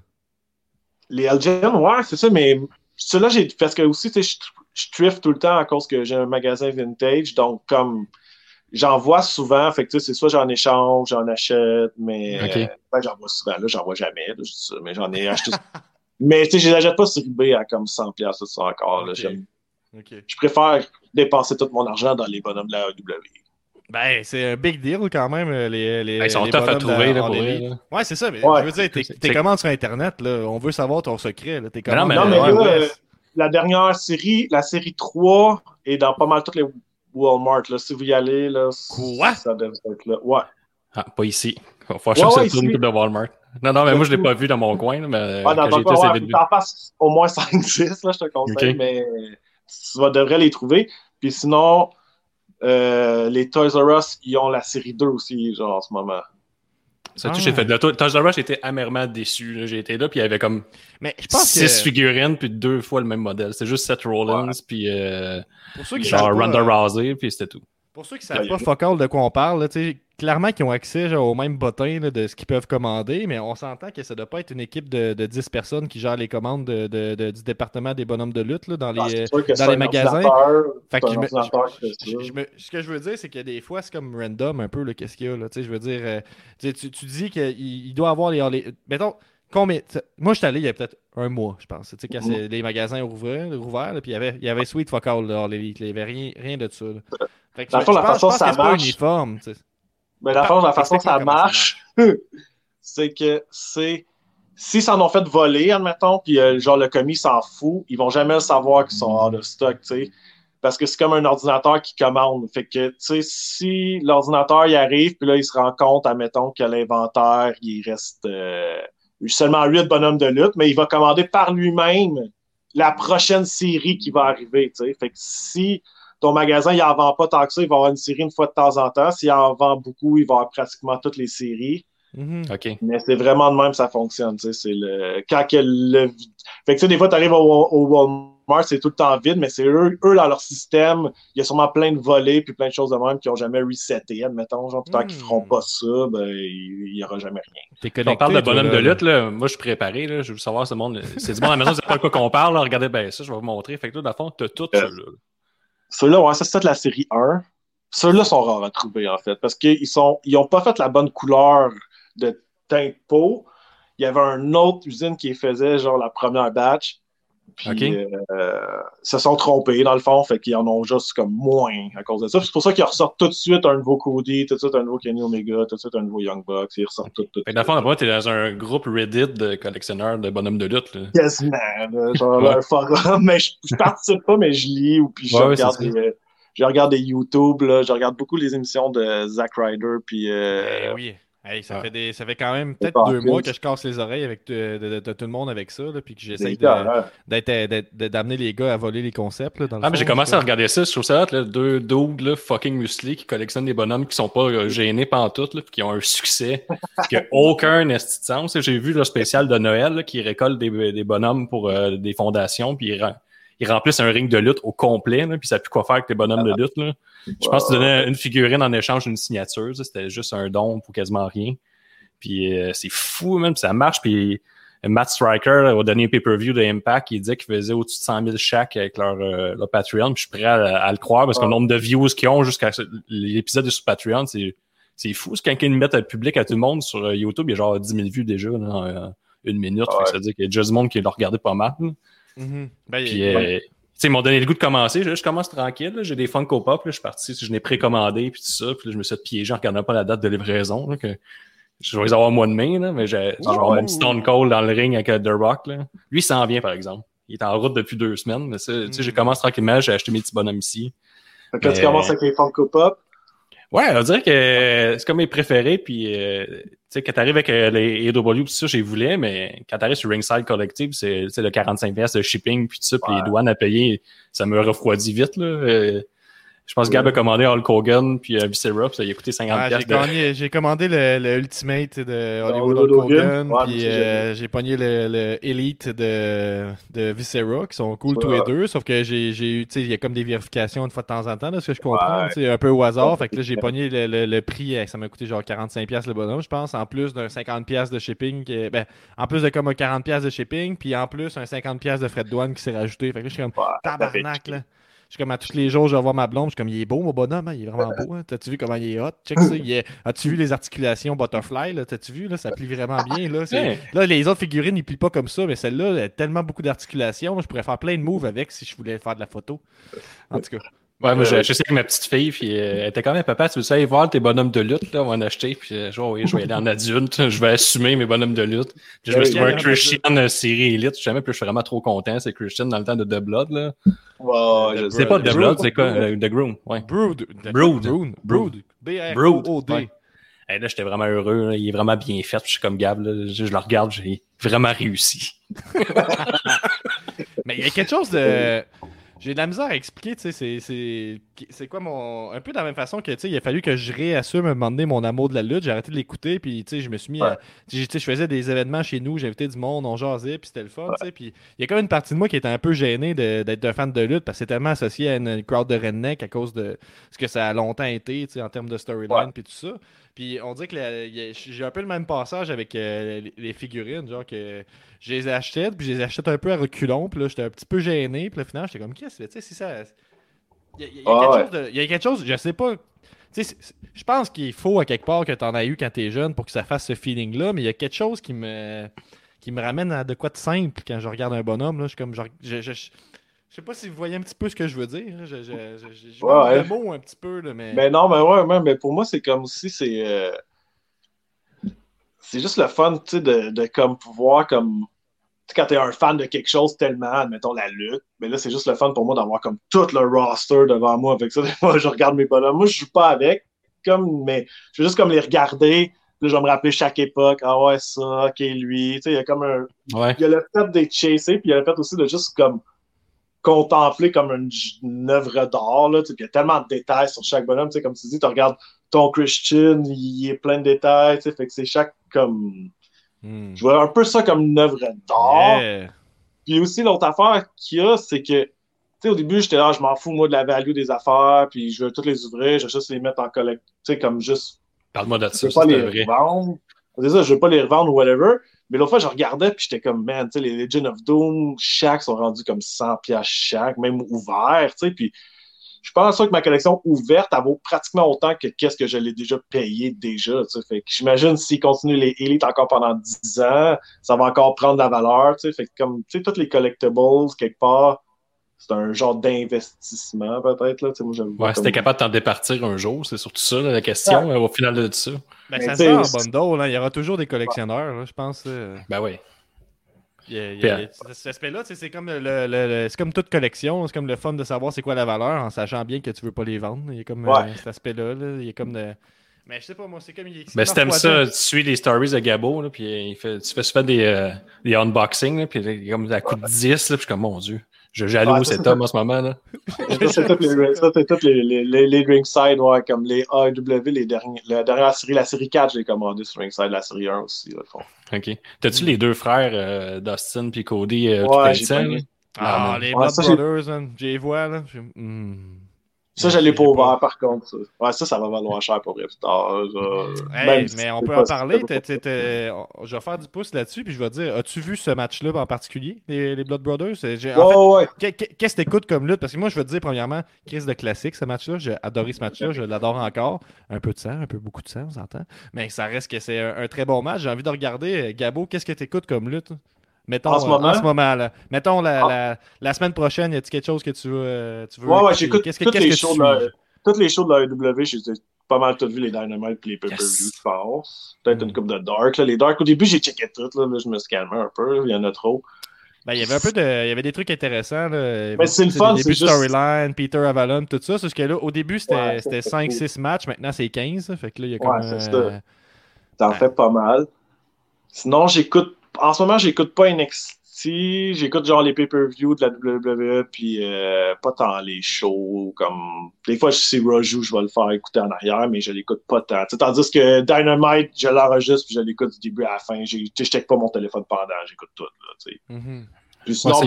Les LGN, ouais, c'est ça, mais ceux-là, parce que aussi, je thrift tout le temps à cause que j'ai un magasin vintage. Donc, comme j'en vois souvent, fait que c'est soit j'en échange, j'en achète, mais j'en vois souvent. Là, j'en vois jamais. Là, mais j'en ai acheté. Mais tu sais, je les achète pas sur eBay à comme 100$ tout ça encore. Là, je préfère dépenser tout mon argent dans les bonhommes de la AEW. Ben, c'est un big deal quand même, ils sont tough à trouver, là, pour vrai. Ouais, c'est ça, mais je veux dire, t'es commandes sur Internet, là, on veut savoir ton secret, là, t'es commandes... Non, mais là, la dernière série, la série 3, est dans pas mal toutes les Walmart, là, si vous y allez, là... Quoi? Ça devrait être là, ouais. Ah, pas ici. Faut que je tourne de Walmart. Non, mais moi, je l'ai pas vu dans mon coin, là, mais quand j'ai été, c'est vite vu. T'en passes au moins 5-6, là, je te conseille, mais tu devrais les trouver. Puis sinon, les Toys R Us, ils ont la série 2 aussi, genre, en ce moment. Ça, j'ai fait de la Toys R Us, j'étais amèrement déçu. Là. J'ai été là, puis il y avait comme 6 figurines, puis 2 fois le même modèle. C'était juste Seth Rollins, puis genre Ronda Rousey, puis c'était tout. Pour ceux qui ne savent pas fuck all de quoi on parle, là, clairement qu'ils ont accès genre, aux mêmes bottins là, de ce qu'ils peuvent commander, mais on s'entend que ça ne doit pas être une équipe de 10 personnes qui gère les commandes du département des bonhommes de lutte là, dans les magasins. Fait que ce que je veux dire, c'est que des fois, c'est comme random un peu là, qu'est-ce qu'il y a. Là, je veux dire, tu dis qu'il doit avoir les mettons, combien... Moi, je suis allé il y a peut-être un mois, je pense. Quand les magasins ouverts, puis il y avait Sweet Fuck All, là, il n'y avait rien de ça. Là. Fait que la façon ça marche. Uniforme, mais la façon ça marche, c'est que s'ils s'en ont fait voler, admettons, puis genre le commis s'en fout, ils vont jamais le savoir qu'ils sont hors de stock, tu sais. Parce que c'est comme un ordinateur qui commande. Fait que, tu sais, si l'ordinateur y arrive, puis là, il se rend compte, admettons, qu'à l'inventaire, il reste seulement 8 bonhommes de lutte, mais il va commander par lui-même la prochaine série qui va arriver, tu sais. Fait que si ton magasin, il n'en vend pas tant que ça, il va avoir une série une fois de temps en temps. S'il en vend beaucoup, il va avoir pratiquement toutes les séries. Okay. Mais c'est vraiment de même que ça fonctionne. Tu sais, c'est quand Fait que tu sais, des fois, tu arrives au Walmart, c'est tout le temps vide, mais c'est eux, dans leur système, il y a sûrement plein de volets puis plein de choses de même qui n'ont jamais resetté, admettons. Genre, tant qu'ils ne feront pas ça, ben, il n'y aura jamais rien. On parle de bonhomme de lutte, là. Moi, je suis préparé. Là. Je veux savoir ce monde. C'est du monde à la maison, c'est pas de quoi qu'on parle. Là. Regardez bien ça, je vais vous montrer. Fait que là, dans le fond, tu as tout ça. Là. Ceux-là, ouais, ça c'est la série 1. Ceux-là sont rares à trouver, en fait, parce qu'ils n'ont pas fait la bonne couleur de teint de peau. Il y avait une autre usine qui faisait, genre, la première batch. Puis, se sont trompés, dans le fond, fait qu'ils en ont juste comme moins à cause de ça. C'est pour ça qu'ils ressortent tout de suite un nouveau Cody, tout de suite un nouveau Kenny Omega, tout de suite un nouveau Young Bucks. Ils ressortent tout. Fait que dans le fond, après, t'es dans un groupe Reddit de collectionneurs de bonhommes de lutte. Là. Quasiment, là, genre un forum. Mais je participe pas, mais je lis ou puis je regarde des YouTube. Là, je regarde beaucoup les émissions de Zack Ryder. Puis, oui. Hey, ça fait quand même peut-être 2 mois que je casse les oreilles avec de tout le monde avec ça, là, puis que j'essaie d'amener les gars à voler les concepts. Là, dans le fond, mais j'ai commencé à regarder ça, je trouve ça hot, là, 2 dudes là, fucking musclés qui collectionnent des bonhommes qui sont pas gênés pantoute, là, puis qui ont un succès qui a aucun esti de sens. J'ai vu le spécial de Noël là, qui récolte des bonhommes pour des fondations, puis ils remplissent un ring de lutte au complet, là, puis ça n'a plus quoi faire avec les bonhommes de lutte. Là. Je pense que tu donnais une figurine en échange d'une signature. Ça, c'était juste un don pour quasiment rien. Puis c'est fou, même, puis ça marche. Puis Matt Striker, là, au dernier pay-per-view de Impact, il disait qu'ils faisaient au-dessus de 100 000 chaque avec leur Patreon. Puis je suis prêt à le croire parce que le nombre de views qu'ils ont jusqu'à l'épisode sur Patreon, c'est fou. C'est quand ils mettent le public à tout le monde sur YouTube, il y a genre 10 000 vues déjà là, en 1 minute. Ça veut dire qu'il y a déjà du monde qui l'a regardé pas mal. Mm-hmm. Puis, ils m'ont donné le goût de commencer. Je commence tranquille. Là. J'ai des Funko Pop. Là. Je suis parti. Je l'ai précommandé. Puis tout ça. Puis là, je me suis piégé en regardant pas la date de livraison. Là, que je vais les avoir au mois de mai. Là, mais j'ai avoir un petit Stone Cold dans le ring avec The Rock. Là. Lui, il s'en vient, par exemple. Il est en route depuis 2 semaines. Mais ça, j'ai commencé tranquillement. J'ai acheté mes petits bonhommes ici. Fait que tu commences avec les Funko Pop. Ouais, on dirait que c'est comme mes préférés, puis tu sais, quand t'arrives avec les AEW, tout ça, j'ai voulu, mais quand t'arrives sur Ringside Collective, c'est le 45$ de shipping, puis tout ça, puis les douanes à payer, ça me refroidit vite, là. Je pense que Gab a commandé Hulk Hogan, puis Viscera, puis ça lui a coûté 50$. J'ai commandé le Ultimate de Hollywood Hulk Hogan, puis j'ai pogné le Elite de Viscera, qui sont cool tous les deux, sauf que j'ai eu, tu sais, il y a comme des vérifications une fois de temps en temps, de ce que je comprends, c'est un peu au hasard, fait que là, j'ai pogné le prix, ça m'a coûté genre 45$ le bonhomme, je pense, en plus d'un 50$ de shipping, en plus de comme un 40$ de shipping, puis en plus un 50$ de frais de douane qui s'est rajouté, fait que là, je suis comme, tabarnak, là. Je suis comme à tous les jours, je vais voir ma blonde, je suis comme, il est beau, mon bonhomme, hein? Il est vraiment beau. Hein? T'as-tu vu comment il est hot? Check ça. As-tu vu les articulations butterfly? Là? T'as-tu vu? Là, ça plie vraiment bien. Là. Là, les autres figurines, ils plient pas comme ça, mais celle-là, elle a tellement beaucoup d'articulations. Je pourrais faire plein de moves avec si je voulais faire de la photo. En tout cas. Ouais, moi, je sais avec ma petite fille, puis elle était quand même, papa, tu veux aller voir tes bonhommes de lutte, là, on va en acheter, puis oui, je vais aller en adulte, je vais assumer mes bonhommes de lutte. Puis je me suis trouvé un Christian série Elite, jamais, puis je suis vraiment trop content, c'est Christian dans le temps de The Blood, là. Wow, c'est pas The Blood, c'est quoi? The Groom, ouais. Brood. B-R-O-O-D. Ouais. Et là, j'étais vraiment heureux, là. Il est vraiment bien fait, puis je suis comme Gab, là. Je le regarde, j'ai vraiment réussi. Mais il y a quelque chose de... J'ai de la misère à expliquer, tu sais, c'est quoi mon... Un peu de la même façon que, tu sais, il a fallu que je réassume à un moment donné mon amour de la lutte, j'ai arrêté de l'écouter, puis, tu sais, je me suis mis à... Tu sais, je faisais des événements chez nous, j'invitais du monde, on jasait, puis c'était le fun, tu sais, puis il y a quand même une partie de moi qui était un peu gênée d'être un fan de lutte, parce que c'est tellement associé à une crowd de redneck à cause de ce que ça a longtemps été, tu sais, en termes de storyline, puis tout ça. Puis on dirait que j'ai un peu le même passage avec les figurines, genre que je les achetais, puis je les achetais un peu à reculons, puis là j'étais un petit peu gêné, puis là finalement j'étais comme qu'est-ce que tu sais si ça il y a quelque chose, je sais pas, tu sais, je pense qu'il faut à quelque part que tu en as eu quand t'es jeune pour que ça fasse ce feeling là, mais il y a quelque chose qui me ramène à de quoi de simple quand je regarde un bonhomme là, je suis comme genre je sais pas si vous voyez un petit peu ce que je veux dire. Je vois le mot un petit peu, là, mais... Mais non, mais pour moi, c'est comme si c'est juste le fun, tu sais, de comme pouvoir, comme... Tu sais, quand t'es un fan de quelque chose tellement, admettons, la lutte, mais là, c'est juste le fun pour moi d'avoir comme tout le roster devant moi avec ça. Des fois, je regarde mes bonhommes. Moi, je joue pas avec, mais je veux juste comme les regarder. Puis là, je vais me rappeler chaque époque. Ah ouais, ça, ok, lui. Tu sais, il y a comme un... Ouais. Il y a le fait d'être chasé, puis il y a le fait aussi de juste comme contempler comme une œuvre d'art, là, puis il y a tellement de détails sur chaque bonhomme, comme tu dis, tu regardes ton Christian, il est plein de détails, fait que c'est chaque comme... Je vois un peu ça comme une œuvre d'art. Yeah. Puis aussi, l'autre affaire qu'il y a, c'est que, tu sais, au début, j'étais là, je m'en fous, moi, de la value des affaires, puis je veux toutes les ouvrir, je veux juste les mettre en collecte, tu sais, comme juste... Parle-moi de ça, c'est pas les revendre. C'est ça, je veux pas les revendre ou whatever. Mais l'autre fois, je regardais, puis j'étais comme, man, tu sais, les Legend of Doom, chaque sont rendus comme 100$ chaque, même ouverts, tu sais, puis je pense que ma collection ouverte, elle vaut pratiquement autant que qu'est-ce que je l'ai déjà payé déjà, tu sais, fait que j'imagine s'ils continuent les Elite encore pendant 10 ans, ça va encore prendre de la valeur, tu sais, fait que comme, tu sais, tous les collectibles, quelque part, c'est un genre d'investissement, peut-être, là, tu sais, moi, j'aime ouais, si t'es capable de t'en départir un jour, c'est surtout ça, là, la question, au final de tout ça. Ben, ça sort en bundle, hein. Il y aura toujours des collectionneurs, là, je pense. Ben oui. Cet aspect-là, c'est comme c'est comme toute collection, c'est comme le fun de savoir c'est quoi la valeur en sachant bien que tu veux pas les vendre. Il y a comme cet aspect-là, il y a comme Mais je sais pas, moi, c'est comme... Ben, si t'aimes ça, tu suis les stories de Gabo, là, puis tu fais souvent des unboxings, là, puis il est comme à coup de 10, là, puis je suis comme, mon Dieu, je jaloux cet homme en ce moment, là. Ça, c'est tous les Ringside, ouais, comme les AEW, la dernière série, la série 4, j'ai commandé sur Ringside, la série 1 aussi, là, fond. OK. T'as-tu les deux frères, Dustin puis Cody, ouais, j'ai pas aimé. Les Blood Brothers, hein, j'ai les vois, là. Ça, je l'ai pas ouvert, par contre. Ça. Ouais, ça va valoir cher pour vrai plus tard. Mais on peut en parler. Je vais faire du pouce là-dessus, puis je vais dire, as-tu vu ce match-là en particulier, les Blood Brothers? Ouais. Qu'est-ce que t'écoutes comme lutte? Parce que moi, je vais te dire, premièrement, crise de classique, ce match-là. J'ai adoré ce match-là, je l'adore encore. Un peu de sang, un peu beaucoup de sang, on s'entend. Mais ça reste que c'est un très bon match. J'ai envie de regarder. Gabo, qu'est-ce que t'écoutes comme lutte? Mettons, en ce moment là. Mettons la semaine prochaine, y a-t-il quelque chose que tu veux Ouais, j'écoute toutes les shows de la AEW, j'ai pas mal tout vu les Dynamite et les pay-per-view, je pense. Peut-être une coupe de Dark. Là. Les Dark, au début, j'ai checké tout. Là, je me suis calmé un peu. Là. Il y en a trop. Ben, il y avait il y avait des trucs intéressants. Là. Mais c'est le fun. Début de storyline, Peter Avalon, tout ça. C'est ce que là, au début, c'était 5-6 matchs. Maintenant, c'est 15. Fait que là, il y a comme... c'est ça. T'en fais pas mal. Sinon, en ce moment, j'écoute pas NXT. J'écoute genre les pay-per-view de la WWE, puis pas tant les shows. Comme des fois, si Raw joue, je vais le faire écouter en arrière, mais je l'écoute pas tant. T'sais, tandis que Dynamite, je l'enregistre, puis je l'écoute du début à la fin. Je check pas mon téléphone pendant, j'écoute tout. Là, Puis sinon,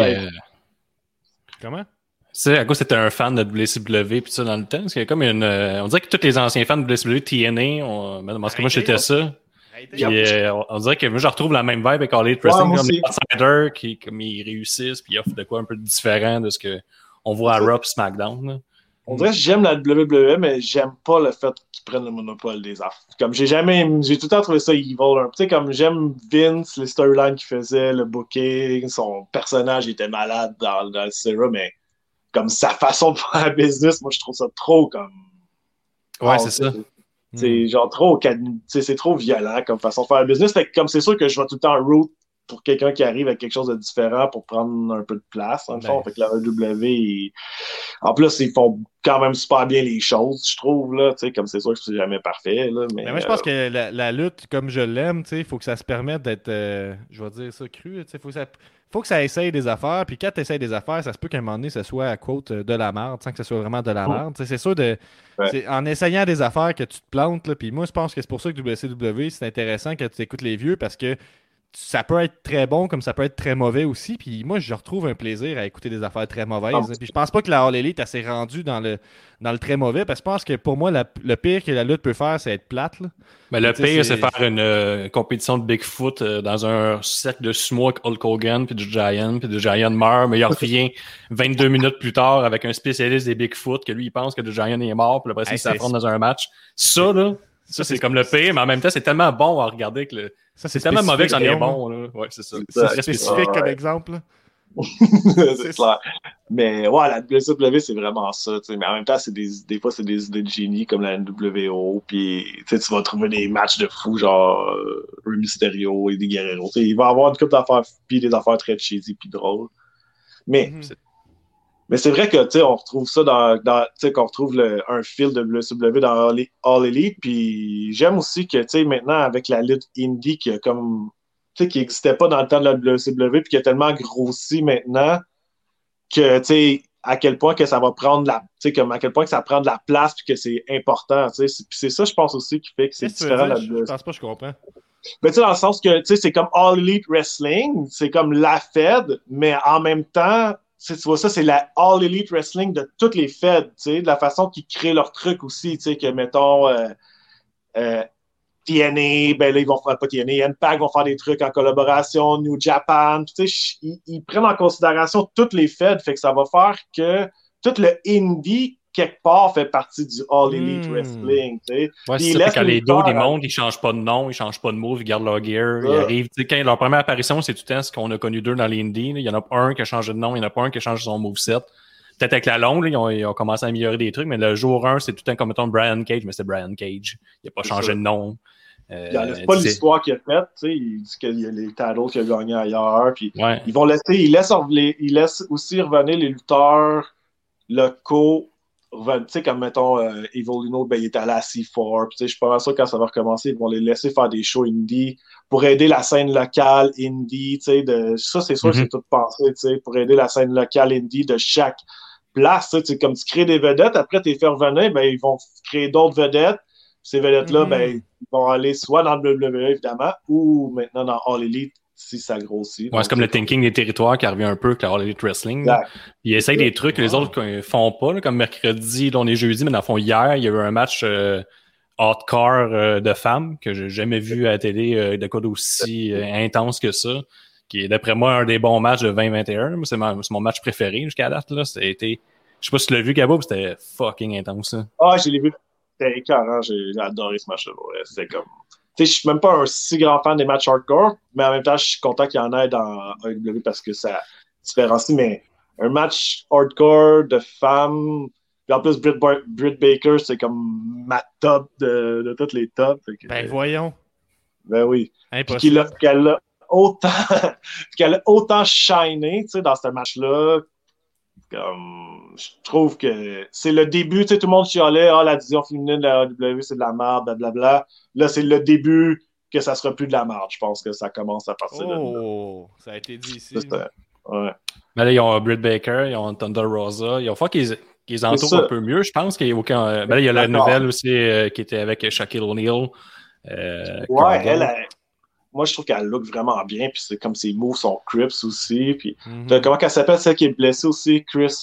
Comment? Tu sais, à quoi c'était un fan de WCW puis ça dans le temps? Parce qu'il y a comme on dirait que tous les anciens fans de WCW, TNA, parce que moi j'étais ça. Puis, on dirait que moi je retrouve la même vibe avec All Elite Wrestling, comme les outsiders qui comme ils réussissent puis ils offrent de quoi un peu différent de ce qu'on voit à Raw et SmackDown. Là. On dirait que j'aime la WWE, mais j'aime pas le fait qu'ils prennent le monopole des affaires. Comme j'ai tout le temps trouvé ça evil. Tu sais, comme j'aime Vince, les storylines qu'il faisait, le booking, son personnage était malade dans le Sierra, mais comme sa façon de faire un business, moi je trouve ça trop comme. Ouais, c'est ça. C'est genre c'est trop violent comme façon de faire un business. Fait que comme c'est sûr que je vais tout le temps root pour quelqu'un qui arrive avec quelque chose de différent pour prendre un peu de place, en fond. Fait que la AEW, en plus, ils font quand même super bien les choses, je trouve, là, comme c'est sûr que c'est jamais parfait, là, mais moi, je pense que la lutte, comme je l'aime, il faut que ça se permette d'être, je vais dire ça cru, faut que ça essaye des affaires, puis quand tu essayes des affaires, ça se peut qu'à un moment donné, ce soit à quote de la merde, sans que ce soit vraiment de la merde. C'est sûr c'est en essayant des affaires que tu te plantes, là, puis moi, je pense que c'est pour ça que WCW, c'est intéressant quand tu écoutes les vieux, parce que ça peut être très bon comme ça peut être très mauvais aussi. Puis moi, je retrouve un plaisir à écouter des affaires très mauvaises. Puis je pense pas que la All Elite s'est rendue dans le très mauvais. Parce que je pense que pour moi, le pire que la lutte peut faire, c'est être plate. Là. Mais le pire, c'est faire une compétition de Bigfoot dans un cercle de sumo avec Hulk Hogan puis du Giant. Puis du Giant meurt, mais il revient 22 minutes plus tard avec un spécialiste des Bigfoot que lui, il pense que du Giant est mort. Puis après, il s'affronte dans un match. Ça, là, c'est comme le pire. Mais en même temps, c'est tellement bon à regarder que c'est tellement mauvais que c'en est bon. Là. Ouais, c'est ça. C'est spécifique comme exemple. C'est clair. Mais ouais, la WCW, c'est vraiment ça. T'sais. Mais en même temps, des fois, c'est des idées de génie comme la NWO. Puis tu vas trouver des matchs de fous, genre Rey Mysterio et des Guerreros. T'sais, il va y avoir une couple d'affaires, puis des affaires très cheesy puis drôles. Mais c'est vrai que on retrouve ça qu'on retrouve un fil de WCW dans All Elite. Puis j'aime aussi que maintenant, avec la lutte indie qui a comme. Qui n'existait pas dans le temps de la WCW, puis qui a tellement grossi maintenant que, à quel point que ça va prendre à quel point que ça prend de la place, puis que c'est important, Puis c'est ça, je pense aussi, qui fait que c'est différent de la WCW. Je pense pas, je comprends. Mais dans le sens que, c'est comme All Elite Wrestling, c'est comme la Fed, mais en même temps, tu vois ça, c'est la All Elite Wrestling de toutes les Feds, de la façon qu'ils créent leurs trucs aussi, que, mettons, TNA, ben là, ils vont faire pas TNA, Impact vont faire des trucs en collaboration, New Japan, ils prennent en considération toutes les feds, fait que ça va faire que tout le indie, quelque part, fait partie du All Elite Wrestling, Ouais, c'est ça, quand les dos, ils montent, ils changent pas de nom, ils changent pas de move, ils gardent leur gear, ils arrivent, quand leur première apparition, c'est tout le temps ce qu'on a connu d'eux dans l'indie, il y en a pas un qui a changé de nom, il y en a pas un qui a changé son moveset. Peut-être avec la longue, là, ils ont commencé à améliorer des trucs, mais le jour 1, c'est tout le temps comme mettons Brian Cage, mais c'est Brian Cage. Il n'a pas changé de nom. Il n'enlève pas l'histoire qu'il a faite, il dit qu'il y a les titles qu'il a gagnés ailleurs. Puis ils laissent aussi revenir les lutteurs locaux sais, comme mettons, Evil Uno, ben, il est allé à C4. Je suis pas mal sûr que quand ça va recommencer, ils vont les laisser faire des shows indie pour aider la scène locale indie. Ça, c'est sûr que c'est tout pensé, pour aider la scène locale indie de chaque place. Comme tu crées des vedettes, après, tu les fais revenir, ben, ils vont créer d'autres vedettes. Ces vedettes-là, ben, ils vont aller soit dans le WWE, évidemment, ou maintenant dans All Elite, si ça grossit. Ouais, c'est comme le thinking des territoires qui revient un peu avec la All Elite Wrestling. Ils essayent des trucs que les autres ne font pas, là, comme mercredi, là, on est jeudi, mais dans le fond, hier, il y a eu un match hardcore de femmes que j'ai jamais vu à la télé de quoi d'aussi intense que ça, qui est d'après moi un des bons matchs de 2021. Moi, c'est mon match préféré jusqu'à la date. Là. C'était, je sais pas si tu l'as vu, Gabo, c'était fucking intense. Là. Ah, je l'ai vu. C'était écœurant. J'ai adoré ce match-là. Ouais. C'était comme... Tu sais, je suis même pas un si grand fan des matchs hardcore, mais en même temps, je suis content qu'il y en ait dans AEW parce que ça différencie. Mais un match hardcore de femmes, puis en plus, Britt Baker, c'est comme ma top de toutes les tops. Ben voyons. Ben oui. Impossible. Puis qu'elle a autant shiné, tu sais, dans ce match-là. Comme, je trouve que c'est le début, tu sais, tout le monde chialait, la division féminine de la AEW, c'est de la merde, blablabla. Là, c'est le début que ça sera plus de la merde. Je pense que ça commence à partir de là. Oh, ça a été dit ici. Ouais. Mais là, ils ont Britt Baker, ils ont Thunder Rosa. Il faut qu'ils entourent un peu mieux. Je pense qu'il y a aucun. Ben là, il y a la nouvelle aussi qui était avec Shaquille O'Neal. Moi, je trouve qu'elle look vraiment bien. Puis c'est comme ses moves sont Crips aussi. Puis comment qu'elle s'appelle, celle qui est blessée aussi, Chris,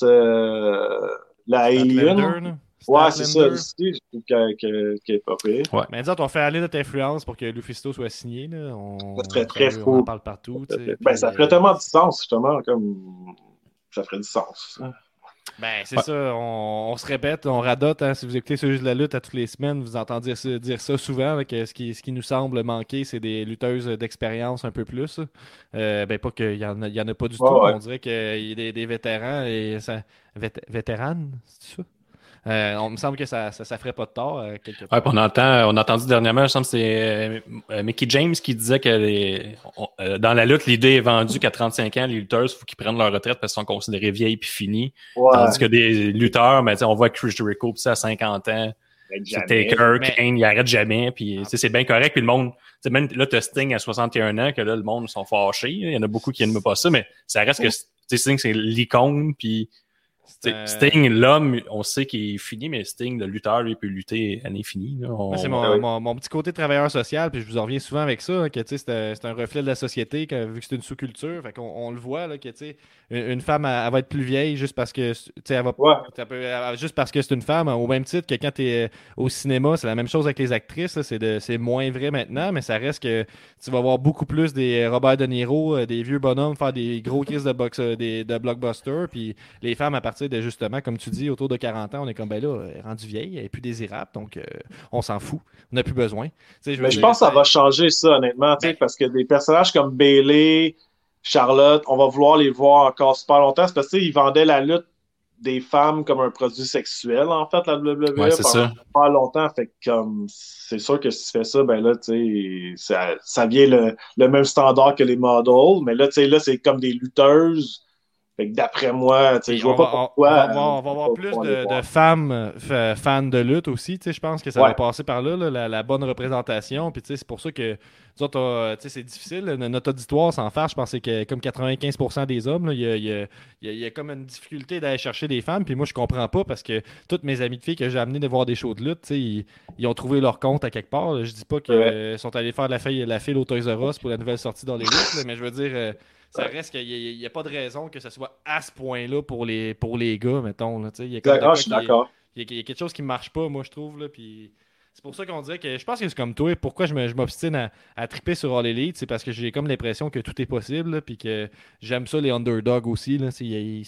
la Alien. Ouais, c'est ça aussi. Je trouve qu'elle est pas pire. Ouais. Mais disons, on fait aller notre influence pour que Lufisto soit signé. Là. Ça serait très fou. On en parle partout. Ça ferait tellement du sens, justement. Comme... Ça ferait du sens. Ben, c'est ça, on se répète, on radote. Hein, si vous écoutez ce jeu de la lutte à toutes les semaines, vous entendez dire ça souvent. Là, que ce qui nous semble manquer, c'est des lutteuses d'expérience un peu plus. Ben, pas qu'il y en a pas du tout. Ouais. On dirait qu'il y a des vétérans et vétéranes, c'est ça? On me semble que ça ferait pas de tort quelque part. Ouais, on a entendu dernièrement, je pense que c'est Mickie James qui disait que dans la lutte, l'idée est vendue qu'à 35 ans, les lutteurs, il faut qu'ils prennent leur retraite parce qu'ils sont considérés vieilles puis finis. Ouais. Tandis que des lutteurs, ben, on voit Chris Jericho à 50 ans. C'est Taker, Kane, il arrête jamais, puis c'est bien correct. Puis le monde, même là, t'as Sting à 61 ans, que là, le monde sont fâchés. Il y en a beaucoup qui n'aiment pas ça, mais ça reste que Sting, c'est l'icône, puis Sting, l'homme, on sait qu'il est fini, mais Sting, le lutteur, lui, peut lutter à l'infini. C'est mon petit côté travailleur social, puis je vous en reviens souvent avec ça, que c'est un reflet de la société, vu que c'est une sous-culture. Fait qu'on le voit, là, que une femme, elle va être plus vieille juste parce que juste parce que c'est une femme, au même titre que quand tu es au cinéma, c'est la même chose avec les actrices. C'est moins vrai maintenant, mais ça reste que tu vas voir beaucoup plus des Robert De Niro, des vieux bonhommes faire des gros crises de blockbuster, puis les femmes à partir de justement, comme tu dis, autour de 40 ans, on est comme, ben là, elle est rendue vieille, elle n'est plus désirable, donc on s'en fout. On n'a plus besoin. Je pense que ça va changer ça, honnêtement, parce que des personnages comme Bayley, Charlotte, on va vouloir les voir encore super longtemps. C'est parce qu'ils vendaient la lutte des femmes comme un produit sexuel, en fait, la WWE, pendant super longtemps. Fait que, c'est sûr que si tu fais ça, ben là, tu sais, ça vient le même standard que les models, mais là, tu sais, là, c'est comme des lutteuses. Fait que d'après moi, je vois pas pourquoi. On va avoir plus de femmes fans de lutte aussi. Je pense que ça va passer par là, la bonne représentation. Puis c'est pour ça que c'est difficile. Notre auditoire s'en fâche. Je pense que c'est comme 95% des hommes. Il y a comme une difficulté d'aller chercher des femmes. Puis moi, je comprends pas parce que toutes mes amies de filles que j'ai amenées de voir des shows de lutte, ils ont trouvé leur compte à quelque part. Je dis pas qu'ils sont allés faire la file au Toys R Us pour la nouvelle sortie dans les luttes, mais je veux dire... ça reste qu'il n'y a pas de raison que ce soit à ce point-là pour les gars, mettons. Là, je suis d'accord. Il y a quelque chose qui ne marche pas, moi, je trouve. Là, puis c'est pour ça qu'on dirait que je pense que c'est comme toi. Pourquoi je m'obstine à triper sur All Elite, c'est parce que j'ai comme l'impression que tout est possible. Puis que j'aime ça, les underdogs aussi. Là, ils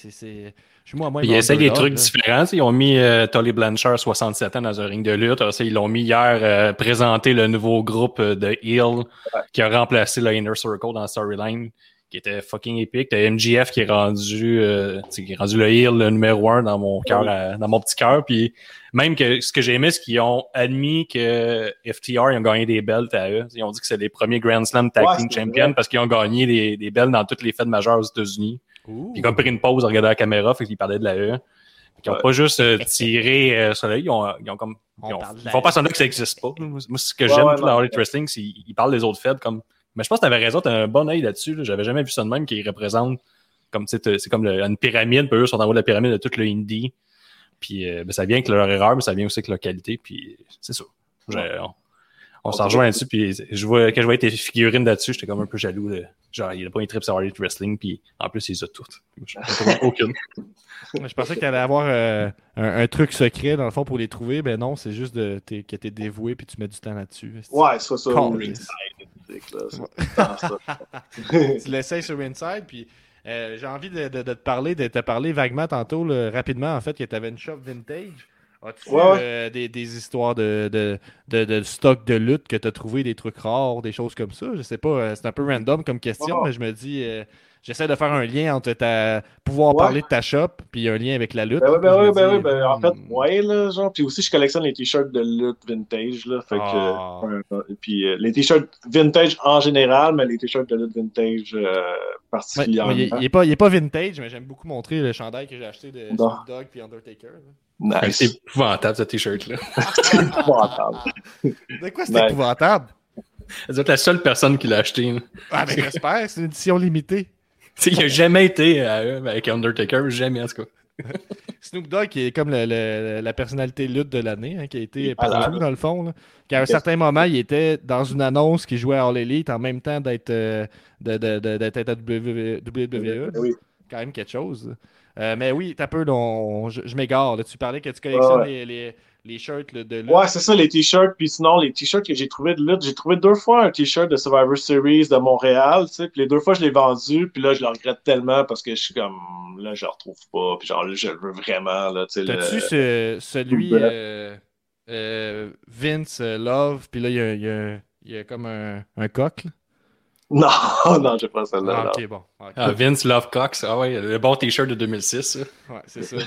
essayent des trucs différents. Ils ont mis Tully Blanchard, 67 ans, dans un ring de lutte. Alors, ils l'ont mis hier présenter le nouveau groupe de Heel qui a remplacé le Inner Circle dans la storyline, qui était fucking épique. T'as MJF qui est rendu le heel, le numéro 1 dans mon cœur, dans mon petit cœur. Puis même que ce que j'ai aimé, c'est qu'ils ont admis que FTR, ils ont gagné des belts à eux. Ils ont dit que c'est les premiers Grand Slam Tag Team Champions parce qu'ils ont gagné des belts dans toutes les fêtes majeures aux États-Unis. Puis ils ont pris une pause à regarder la caméra, fait qu'ils parlaient de la E. Qui n'ont pas juste tiré sur l'œil, ils font pas semblant que ça n'existe pas. Moi, ce que j'aime dans All Elite Wrestling, c'est qu'ils parlent des autres feds comme. Mais je pense que tu avais raison, tu as un bon œil là-dessus. Là. J'avais jamais vu ça de même qui représente comme c'est comme une pyramide, puis eux sont en haut de la pyramide de tout le indie. Puis ça vient avec leur erreur, mais ça vient aussi avec leur qualité, puis c'est ça. On s'en rejoint là-dessus, puis quand je voyais tes figurines là-dessus, j'étais comme un peu jaloux. Genre, il a pas une trip sur All Elite Wrestling, puis en plus, il les a toutes. Aucune. Je pensais que tu allais avoir un truc secret, dans le fond, pour les trouver. Ben non, c'est juste que t'es dévoué, puis tu mets du temps là-dessus. Ouais, c'est ça. Tu l'essayes sur Inside, puis j'ai envie de te parler vaguement tantôt, rapidement, en fait, que tu avais une shop vintage. As-tu des histoires de stock de lutte que tu as trouvé, des trucs rares, des choses comme ça? Je sais pas, c'est un peu random comme question, mais je me dis, j'essaie de faire un lien entre pouvoir parler de ta shop puis un lien avec la lutte. En fait, là, genre. Puis aussi, je collectionne les t-shirts de lutte vintage, là. Fait que, puis les t-shirts vintage en général, mais les t-shirts de lutte vintage particulièrement. Il est pas vintage, mais j'aime beaucoup montrer le chandail que j'ai acheté de Snoop Dogg puis Undertaker. Là. Nice. C'est épouvantable, ce t-shirt-là. C'est épouvantable. De quoi c'est épouvantable? Vous êtes la seule personne qui l'a acheté. Ah, mais j'espère, c'est une édition limitée. Il n'a jamais été avec Undertaker, jamais en tout cas. Snoop Dogg qui est comme la personnalité lutte de l'année, qui a été partout dans le fond. Là. Qu'à un certain moment, il était dans une annonce qui jouait à All Elite en même temps d'être à WWE. Oui. Quand même quelque chose. Mais oui, t'as peu, je m'égare. Là. Tu parlais que tu collectionnes les shirts de lutte. Ouais, c'est ça, les t-shirts. Puis sinon, les t-shirts que j'ai trouvé de lutte, j'ai trouvé 2 fois un t-shirt de Survivor Series de Montréal, tu sais. Puis les 2 fois, je l'ai vendu. Puis là, je le regrette tellement parce que je suis comme, là, je le retrouve pas. Puis genre, là, je le veux vraiment, là, tu sais. T'as-tu celui Vince Love, puis là, il y a comme un coq, là? Non, j'ai pas celle-là. Ah, ok, bon. Okay. Ah, Vince Love Cox, le bon t-shirt de 2006. Ça. Ouais, c'est ça.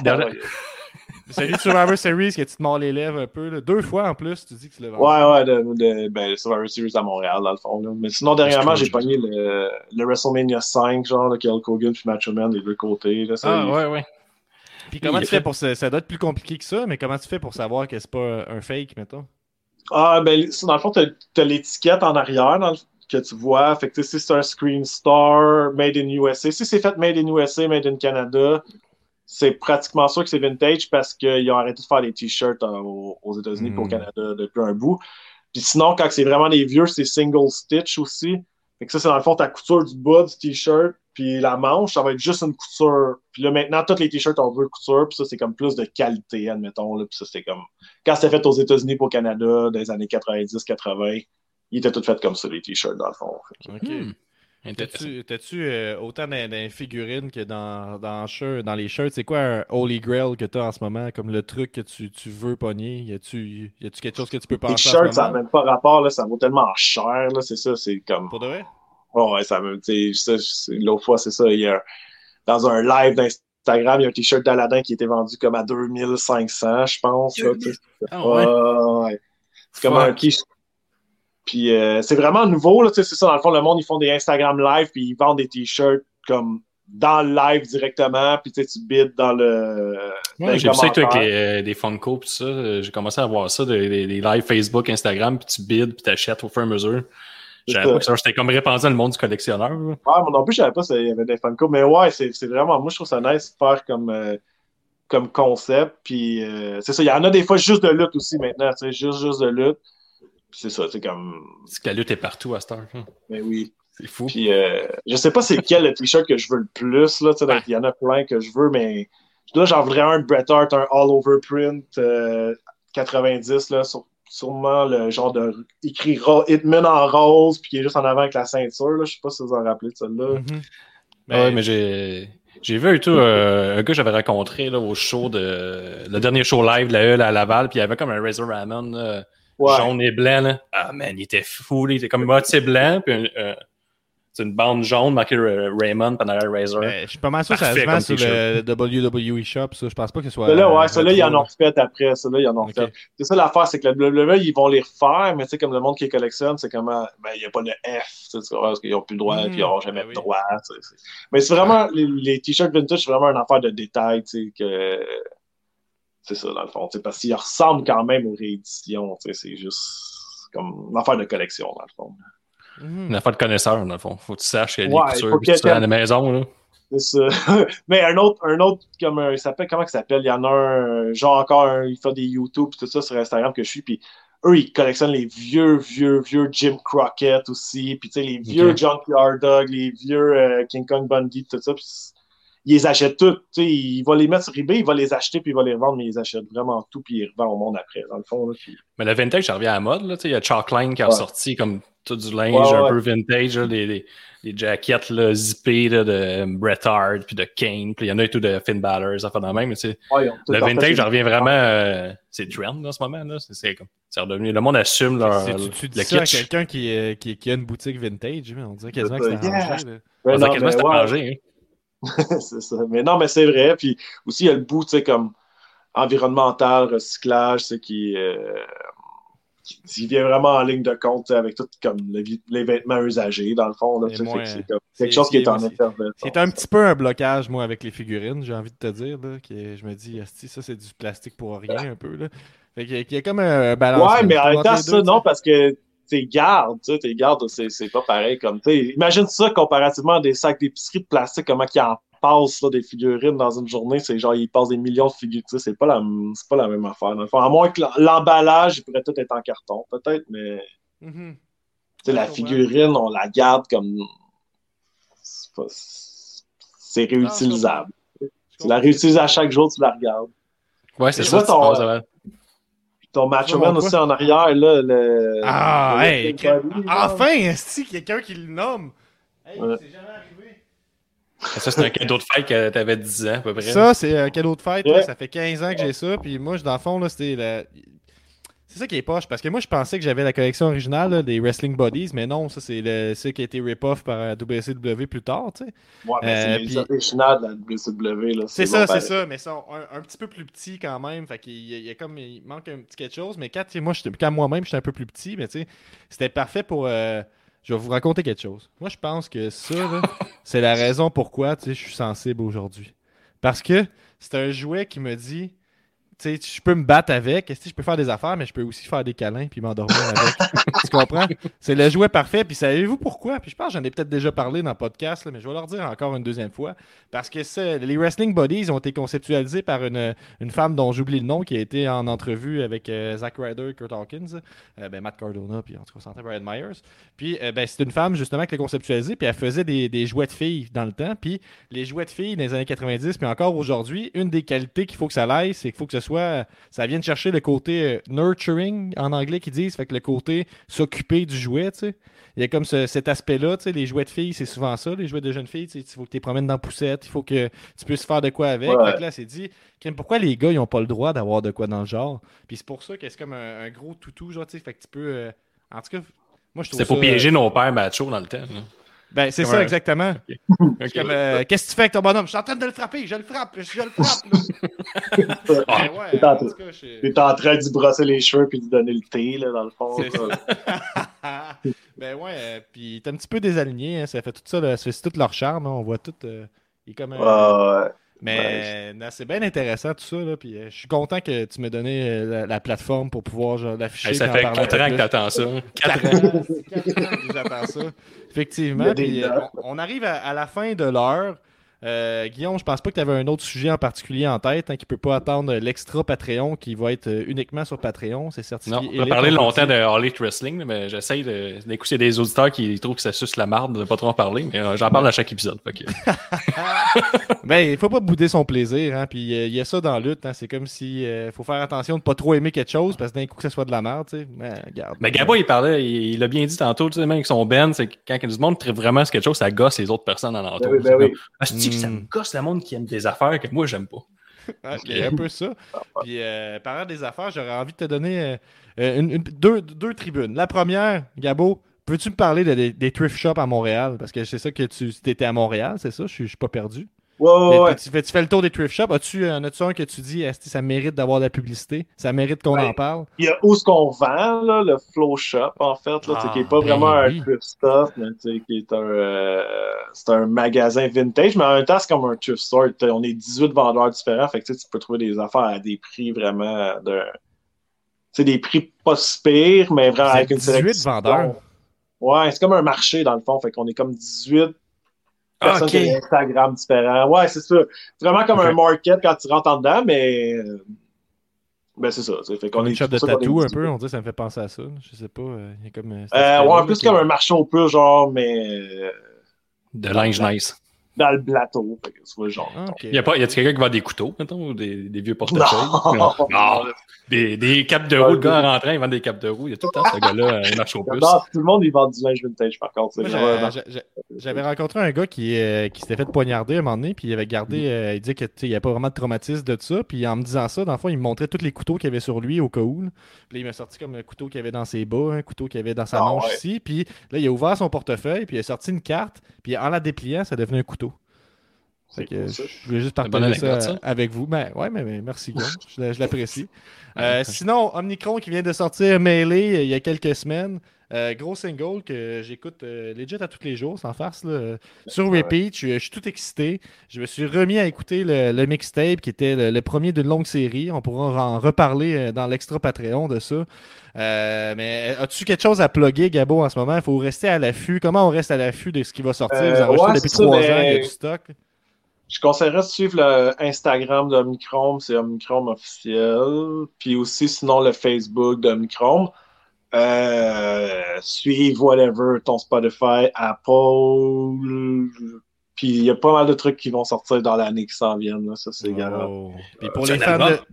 Celui de Survivor Series que tu te mords les lèvres un peu, là. 2 fois en plus, tu dis que tu l'as vendu. Ouais, de Survivor Series à Montréal, dans le fond. Là. Mais sinon, dernièrement, j'ai pogné le WrestleMania 5, genre, là, Hulk Hogan puis Macho Man des deux côtés. Là, ça, ouais. Puis comment tu fais pour ça? Ça doit être plus compliqué que ça, mais comment tu fais pour savoir que c'est pas un fake, mettons? Ah, ben, dans le fond, t'as l'étiquette en arrière, que tu vois. Fait que si c'est un Screen Star, Made in USA. Si c'est fait Made in USA, Made in Canada, c'est pratiquement sûr que c'est vintage parce qu'ils ont arrêté de faire des t-shirts aux États-Unis et au Canada depuis un bout. Puis sinon, quand c'est vraiment des vieux, c'est single stitch aussi. Fait que ça, c'est dans le fond ta couture du bas du t-shirt, puis la manche, ça va être juste une couture. Puis là, maintenant, tous les t-shirts ont 2 coutures, puis ça, c'est comme plus de qualité, admettons. Là. Puis ça, c'est comme... Quand c'était fait aux États-Unis et au Canada, dans les années 90-80, ils étaient tous faits comme ça, les t-shirts, dans le fond. OK. T'as-tu autant dans figurines que dans les shirts? C'est quoi un Holy Grail que t'as en ce moment, comme le truc que tu veux pogner? Y a-tu quelque chose que tu peux penser? Les shirts, ça n'a même pas rapport, là, ça vaut tellement cher, là, c'est ça, c'est comme... Pour de vrai? Oh, ouais, ça me... L'autre fois, c'est ça, dans un live d'Instagram, il y a un t-shirt d'Aladin qui était vendu comme à 2500, je pense. Là, ouais. C'est comme un t-shirt. Puis c'est vraiment nouveau, là, c'est ça, dans le fond, le monde, ils font des Instagram live, puis ils vendent des t-shirts comme dans le live directement, puis tu bides dans le... Ouais, j'ai vu ça avec des Funko, puis ça, j'ai commencé à voir ça, des lives Facebook, Instagram, puis tu bides, puis t'achètes au fur et à mesure. J'avais pas que ça, j'étais comme répandu dans le monde du collectionneur. Là. Ouais, moi non plus, je savais pas s'il y avait des Funko, mais ouais, c'est vraiment, moi je trouve ça nice de faire comme concept, puis c'est ça, il y en a des fois juste de lutte aussi maintenant, tu sais, juste de lutte. C'est ça, c'est comme... C'est que la lutte est partout à cette heure. Ben oui. C'est fou. Puis, je sais pas c'est quel le t-shirt que je veux le plus, là, tu sais, il y en a plein que je veux, mais là, j'en voudrais un de Bret Hart, un all-over print 90, là, sûrement le genre de écrit Hitman en rose, puis qui est juste en avant avec la ceinture, là, je sais pas si vous en rappelez de celle-là. Ouais, mais j'ai vu un gars que j'avais rencontré là, au show le dernier show live de la E à Laval, puis il y avait comme un Razor Ramon jaune et blanc. Là. Ah man, il était fou, là. Il était comme moitié blanc, puis C'est une bande jaune marquée Raymond pendant la Razor. Je suis pas mal sûr que ça se vend sur le WWE Shop, ça. Je pense pas que ce soit. Ceux-là, ils en ont refait après. Ceux-là, ils en ont refait. C'est ça l'affaire, c'est que le WWE, ils vont les refaire, mais tu sais, comme le monde qui les collectionne, c'est comment. Il n'y a pas le F, tu sais, parce qu'ils n'ont plus le droit, puis ils n'auront jamais le droit. Mais c'est vraiment. Les t-shirts vintage, c'est vraiment une affaire de détail, tu sais, que. C'est ça, dans le fond. Parce qu'ils ressemblent quand même aux rééditions. C'est juste comme une affaire de collection, dans le fond. Une affaire de connaisseur, dans le fond. Faut que tu saches qu'il y a des coutures que tu as à la maison. Là. C'est ça. Mais un autre comme il s'appelle, comment il s'appelle? Il y en a un, genre encore, il fait des YouTube tout ça sur Instagram que je suis, puis eux, ils collectionnent les vieux Jim Crockett aussi, puis tu sais, les vieux Junkyard Dog, les vieux King Kong Bundy, tout ça, puis ils les achètent tous. Il va les mettre sur eBay, il va les acheter, puis il va les revendre, mais ils achètent vraiment tout, puis ils revendent au monde après, dans le fond. Là, puis... Mais le vintage, ça revient à la mode. Il y a Chalkline qui a sorti comme tout du linge un peu vintage, là, des jackets là, zippées là, de Bret Hart, puis de Kane, puis il y en a et tout de Finn Balor, ça fait de même. Mais le vintage, ça revient vraiment... c'est trend en ce moment. Là. C'est redevenu... Le monde assume leur... Tu dis ça à quelqu'un qui a une boutique vintage, mais on dirait quasiment que c'est arrangé. On dirait quasiment que c'est arrangé. C'est ça. Mais non, mais c'est vrai. Puis aussi, il y a le bout, tu sais, comme environnemental, recyclage, tu sais, qui vient vraiment en ligne de compte, avec tout comme les vêtements usagés, dans le fond. Là, c'est comme quelque chose qui est en intervention. C'est un petit peu un blocage, moi, avec les figurines, j'ai envie de te dire. Là, je me dis, ça, c'est du plastique pour rien, un peu. Là. Fait qu'il y a comme un balance. Ouais, mais en même temps, ça, non, parce que tes gardes, c'est pas pareil comme, imagine ça comparativement à des sacs d'épicerie de plastique, comment qu'ils en passent, là, des figurines dans une journée, c'est genre, ils passent des millions de figurines, c'est pas la même affaire, dans le fond. À moins que l'emballage, il pourrait tout être en carton, peut-être, mais, la figurine, on la garde comme, c'est réutilisable. Tu la réutilises à chaque jour, tu la regardes. Ouais, c'est ça. Ton Macho Man aussi en arrière, là. Enfin, est-ce quelqu'un qui le nomme? Hey, c'est jamais arrivé. Ça, c'est un cadeau de fête que t'avais 10 ans, à peu près. Ça, c'est un cadeau de fête. Là, ça fait 15 ans que j'ai ça. Puis moi, dans le fond, là, c'est ça qui est poche. Parce que moi, je pensais que j'avais la collection originale là, des Wrestling Bodies. Mais non, ça, c'est ce qui a été rip-off par WCW plus tard. Tu sais. Ouais, mais c'est les originales de la WCW. Là, c'est ça. Mais ils sont un petit peu plus petits quand même. Fait qu'il il manque un petit quelque chose. Mais quand moi-même, j'étais un peu plus petit, mais tu sais, c'était parfait pour... je vais vous raconter quelque chose. Moi, je pense que ça, là, c'est la raison pourquoi je suis sensible aujourd'hui. Parce que c'est un jouet qui me dit... Tu sais, je peux me battre avec, je peux faire des affaires, mais je peux aussi faire des câlins puis m'endormir avec. Tu comprends? C'est le jouet parfait. Puis savez-vous pourquoi? Puis je pense que j'en ai peut-être déjà parlé dans le podcast, là, mais je vais leur dire encore une deuxième fois. Parce que les Wrestling Bodies ont été conceptualisés par une femme dont j'oublie le nom, qui a été en entrevue avec Zack Ryder et Kurt Hawkins, Matt Cardona, puis en tout cas, on Brad Myers. Puis c'est une femme justement qui l'a conceptualisé, puis elle faisait des jouets de filles dans le temps. Puis les jouets de filles dans les années 90, puis encore aujourd'hui, une des qualités qu'il faut que ça aille, c'est qu'il faut que ce soit ça vient de chercher le côté nurturing en anglais qu'ils disent, fait que le côté s'occuper du jouet, tu sais. Il y a comme cet aspect-là, tu sais, les jouets de filles, c'est souvent ça, les jouets de jeunes filles, il faut que tu les promènes dans la poussette, il faut que tu puisses faire de quoi avec. Fait que là, c'est dit, pourquoi les gars, ils n'ont pas le droit d'avoir de quoi dans le genre? Puis c'est pour ça que c'est comme un gros toutou, genre, tu sais, fait que tu peux... en tout cas, moi, je trouve ça... C'est pour piéger nos pères machos dans le temps, là. Ben, c'est ça, exactement. Qu'est-ce que tu fais avec ton bonhomme? Je suis en train de le frapper, je le frappe. T'es en train d'y brosser les cheveux puis de donner le thé, là, dans le fond. Ben ouais, puis t'es un petit peu désaligné, hein, ça fait tout ça, c'est tout leur charme, hein, on voit tout. Il est comme Mais c'est bien intéressant tout ça, là, puis je suis content que tu m'aies donné la plateforme pour pouvoir l'afficher. Ça fait 4 ans que t'attends ça. 4 ans que j'attends ça. Effectivement, puis on arrive à la fin de l'heure. Guillaume, je pense pas que tu avais un autre sujet en particulier en tête qui peut pas attendre l'extra Patreon qui va être uniquement sur Patreon. C'est certifié. Non, on a parlé longtemps de All Elite Wrestling, mais j'essaye d'écouter des auditeurs qui trouvent que ça suce la marde de pas trop en parler, mais j'en parle à chaque épisode. Ben, il faut pas bouder son plaisir, hein, puis il y a ça dans la lutte, hein, c'est comme si faut faire attention de pas trop aimer quelque chose parce que d'un coup que ça soit de la merde, tu sais. Mais Gabo, il parlait, il a bien dit tantôt, tu sais, même avec son Ben, c'est que quand du monde trouve vraiment quelque chose, ça gosse les autres personnes en entour. Ça me gosse le monde qui aime des affaires que moi, j'aime pas. Il y a un peu ça. Puis, parlant des affaires, j'aurais envie de te donner deux tribunes. La première, Gabo, Peux-tu me parler des thrift shops à Montréal? Parce que c'est ça que tu étais à Montréal, c'est ça? Je suis pas perdu. Ouais. Tu fais le tour des thrift shops. As-tu un que tu dis, ça mérite d'avoir de la publicité? Ça mérite qu'on en parle? Il y a où ce qu'on vend, là, le Flow Shop, en fait, là, qui n'est pas vraiment un thrift store, mais qui est c'est un magasin vintage, mais en même temps, c'est comme un thrift store. On est 18 vendeurs différents, fait que tu peux trouver des affaires à des prix vraiment des prix pas si pires, mais vraiment avec une sélection. 18 vendeurs? Ouais, c'est comme un marché, dans le fond, fait qu'on est comme 18 personnes qui ont Instagram différents. Ouais, c'est ça. C'est vraiment comme un market quand tu rentres en dedans, mais c'est ça. Fait qu'on est une shop de tatou un peu, on dit ça me fait penser à ça. Je sais pas. Il y a comme. Plus comme un marché au plus, genre, mais. De linge nice. Dans le plateau. Fait que tu vois, genre. Y a quelqu'un qui vend des couteaux, mettons, ou des vieux portefeuilles? Non. Des capes de roue. Le gars en rentrant, il vend des capes de roue. Il y a tout le temps ce gars-là, il marche au plus. Non, tout le monde, il vend du linge vintage, par contre. J'avais rencontré un gars qui s'était fait poignarder à un moment donné, puis il avait gardé, il disait qu'il n'y avait pas vraiment de traumatisme de ça, puis en me disant ça, dans le fond, il me montrait tous les couteaux qu'il y avait sur lui au cas où. Puis là, il m'a sorti comme un couteau qu'il avait dans ses bas, un couteau qu'il avait dans sa manche ici, puis là, il a ouvert son portefeuille, puis il a sorti une carte, puis en la dépliant, ça devenait un couteau. Fait que je voulais juste partager ça avec vous. Mais merci Guillaume, je l'apprécie. Sinon, Omnicron qui vient de sortir Melee il y a quelques semaines. Gros single que j'écoute legit à tous les jours, sans farce. Là, sur repeat, je suis tout excité. Je me suis remis à écouter le mixtape qui était le premier d'une longue série. On pourra en reparler dans l'extra Patreon de ça. Mais as-tu quelque chose à plugger, Gabo, en ce moment? Il faut rester à l'affût. Comment on reste à l'affût de ce qui va sortir? Vous enregistrez depuis 3 ans, il y a du stock. Je conseillerais de suivre le Instagram d'Omnicron, c'est Omnicron officiel. Puis aussi, sinon, le Facebook d'Omnicron. Suive whatever, ton Spotify, Apple. Puis il y a pas mal de trucs qui vont sortir dans l'année qui s'en viennent. Là. Ça, c'est garanti. Puis pour les fans de...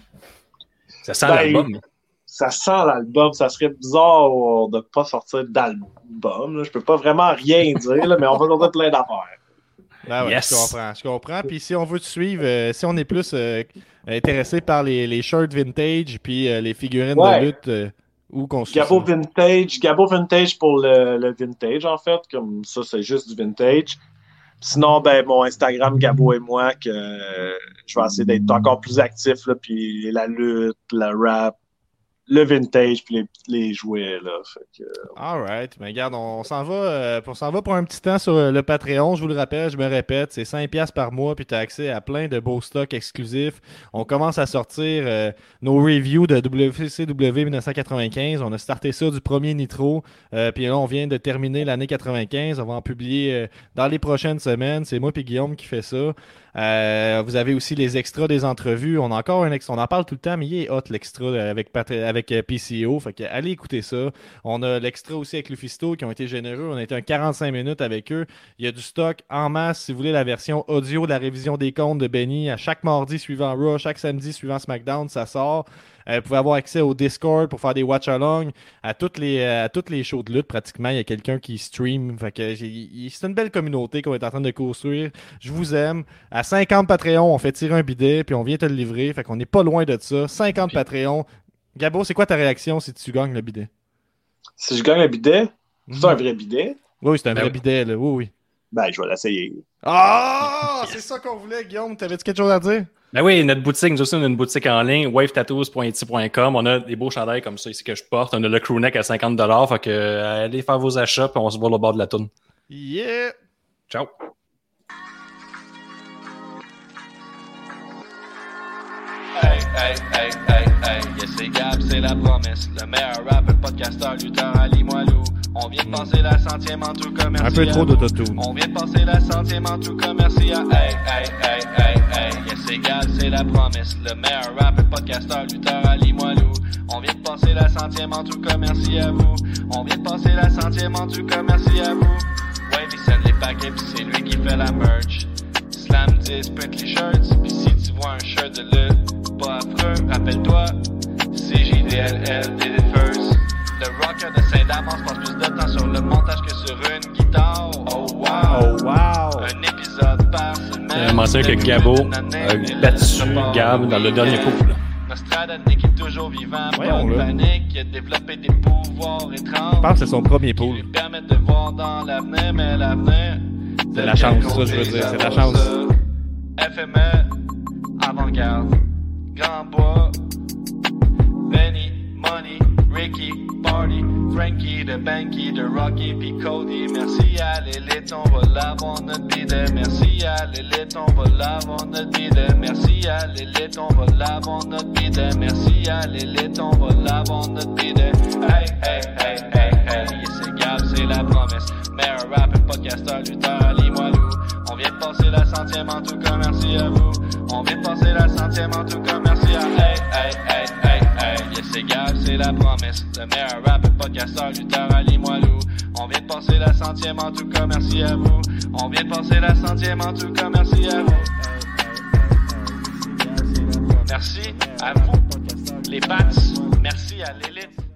Ça sent l'album. Ça sent l'album. Ça serait bizarre de ne pas sortir d'album. Là. Je peux pas vraiment rien dire, là, mais on va sortir plein d'affaires. Ben ouais, je comprends. Puis si on veut te suivre, si on est plus intéressé par les shirts vintage puis les figurines de lutte, où qu'on se Gabo Vintage pour le vintage, en fait. Comme ça, c'est juste du vintage. Sinon, mon Instagram, Gabo et moi, que je vais essayer d'être encore plus actif, là, puis la lutte, le rap, le vintage puis les jouets là. Fait que... Alright, mais regarde, on s'en va pour un petit temps sur le Patreon, je vous le rappelle, je me répète, c'est 5$ par mois puis tu as accès à plein de beaux stocks exclusifs. On commence à sortir nos reviews de WCW 1995, on a starté ça du premier Nitro, puis là on vient de terminer l'année 95, on va en publier dans les prochaines semaines, c'est moi puis Guillaume qui fait ça. Vous avez aussi les extras des entrevues. On a encore un extra. On en parle tout le temps, mais il est hot l'extra avec PCO. Fait que allez écouter ça. On a l'extra aussi avec Lufisto qui ont été généreux. On a été un 45 minutes avec eux. Il y a du stock en masse si vous voulez la version audio de la révision des comptes de Benny. À chaque mardi suivant Raw, chaque samedi suivant SmackDown, ça sort. Vous pouvez avoir accès au Discord pour faire des watch-along à toutes les shows de lutte. Pratiquement, il y a quelqu'un qui stream. Fait que c'est une belle communauté qu'on est en train de construire. Je vous aime. À 50 Patreon, on fait tirer un bidet puis on vient te le livrer. Fait qu'on n'est pas loin de ça. 50 Patreon. Gabo, c'est quoi ta réaction si tu gagnes le bidet? Si je gagne le bidet? C'est un vrai bidet? Oui, c'est un vrai bidet. Là. Oui. Je vais l'essayer. Ah! C'est ça qu'on voulait, Guillaume. T'avais-tu quelque chose à dire? Ben oui, notre boutique, nous aussi, on a une boutique en ligne, wavetattoos.etsy.com. On a des beaux chandails comme ça ici que je porte. On a le crewneck à 50$. Fait que allez faire vos achats puis on se voit au bord de la toune. Yeah! Ciao! Hey, yes, c'est Gab, c'est la promesse. Le meilleur rapper, podcasteur, lutteur, Ali Moilou. On vient de passer la 100e en tout commercial. Un peu trop d'autotune. On vient de passer la 100e en tout commercial. Hey, yes, c'est Gab, c'est la promesse. Le meilleur rapper, podcasteur, lutteur, Ali Moilou. On vient de passer la 100e en tout commercial à vous. On vient de passer la 100e en tout commercial à vous. Ouais, il send les paquets pis c'est lui qui fait la merch. Slam 10, print les shirts. Pis si tu vois un shirt de lutte pas affreux, rappelle-toi, c'est JDLL, did it first. Le rocker de Saint-Damas passe plus de temps sur le montage que sur une guitare. Oh wow! Un épisode par semaine. J'ai mentionné que Gabo a battu Gab dans le dernier coup. Nostradamus qui est toujours vivant, pas de panique, qui a développé des pouvoirs étranges. Je pense que c'est son premier pool. Qui lui permettent de voir dans l'avenir, mais l'avenir... C'est la chance, ça je veux dire, c'est la chance. FME, avant-garde, Grand Bois, Benny, Money, Ricky, Party, Frankie, de Banky, de Rocky, puis Cody. Merci à l'élite, on va l'avoir notre bidet. Merci à l'élite, on va l'avoir notre bidet. Merci à l'élite, on va l'avoir notre bidet. Merci à l'élite, on va l'avoir notre bidet. Hey, hey, hey, hey, hey, c'est Gab, c'est la promesse. Meilleur rappeur, podcasteur, lutteur, Ali Moilou. On vient de passer la 100e en tout cas, merci à vous. On vient de passer la 100e en tout cas, merci à hey, hey, hey, hey, hey. Yes, c'est Gab, c'est la promesse. Le meilleur rappeur, podcasteur, lutteur, Ali Moilou. On vient de passer la 100e en tout cas, merci à vous. On vient de passer la 100e en tout cas, merci à vous. Merci à vous, les Pats. Merci à l'élite.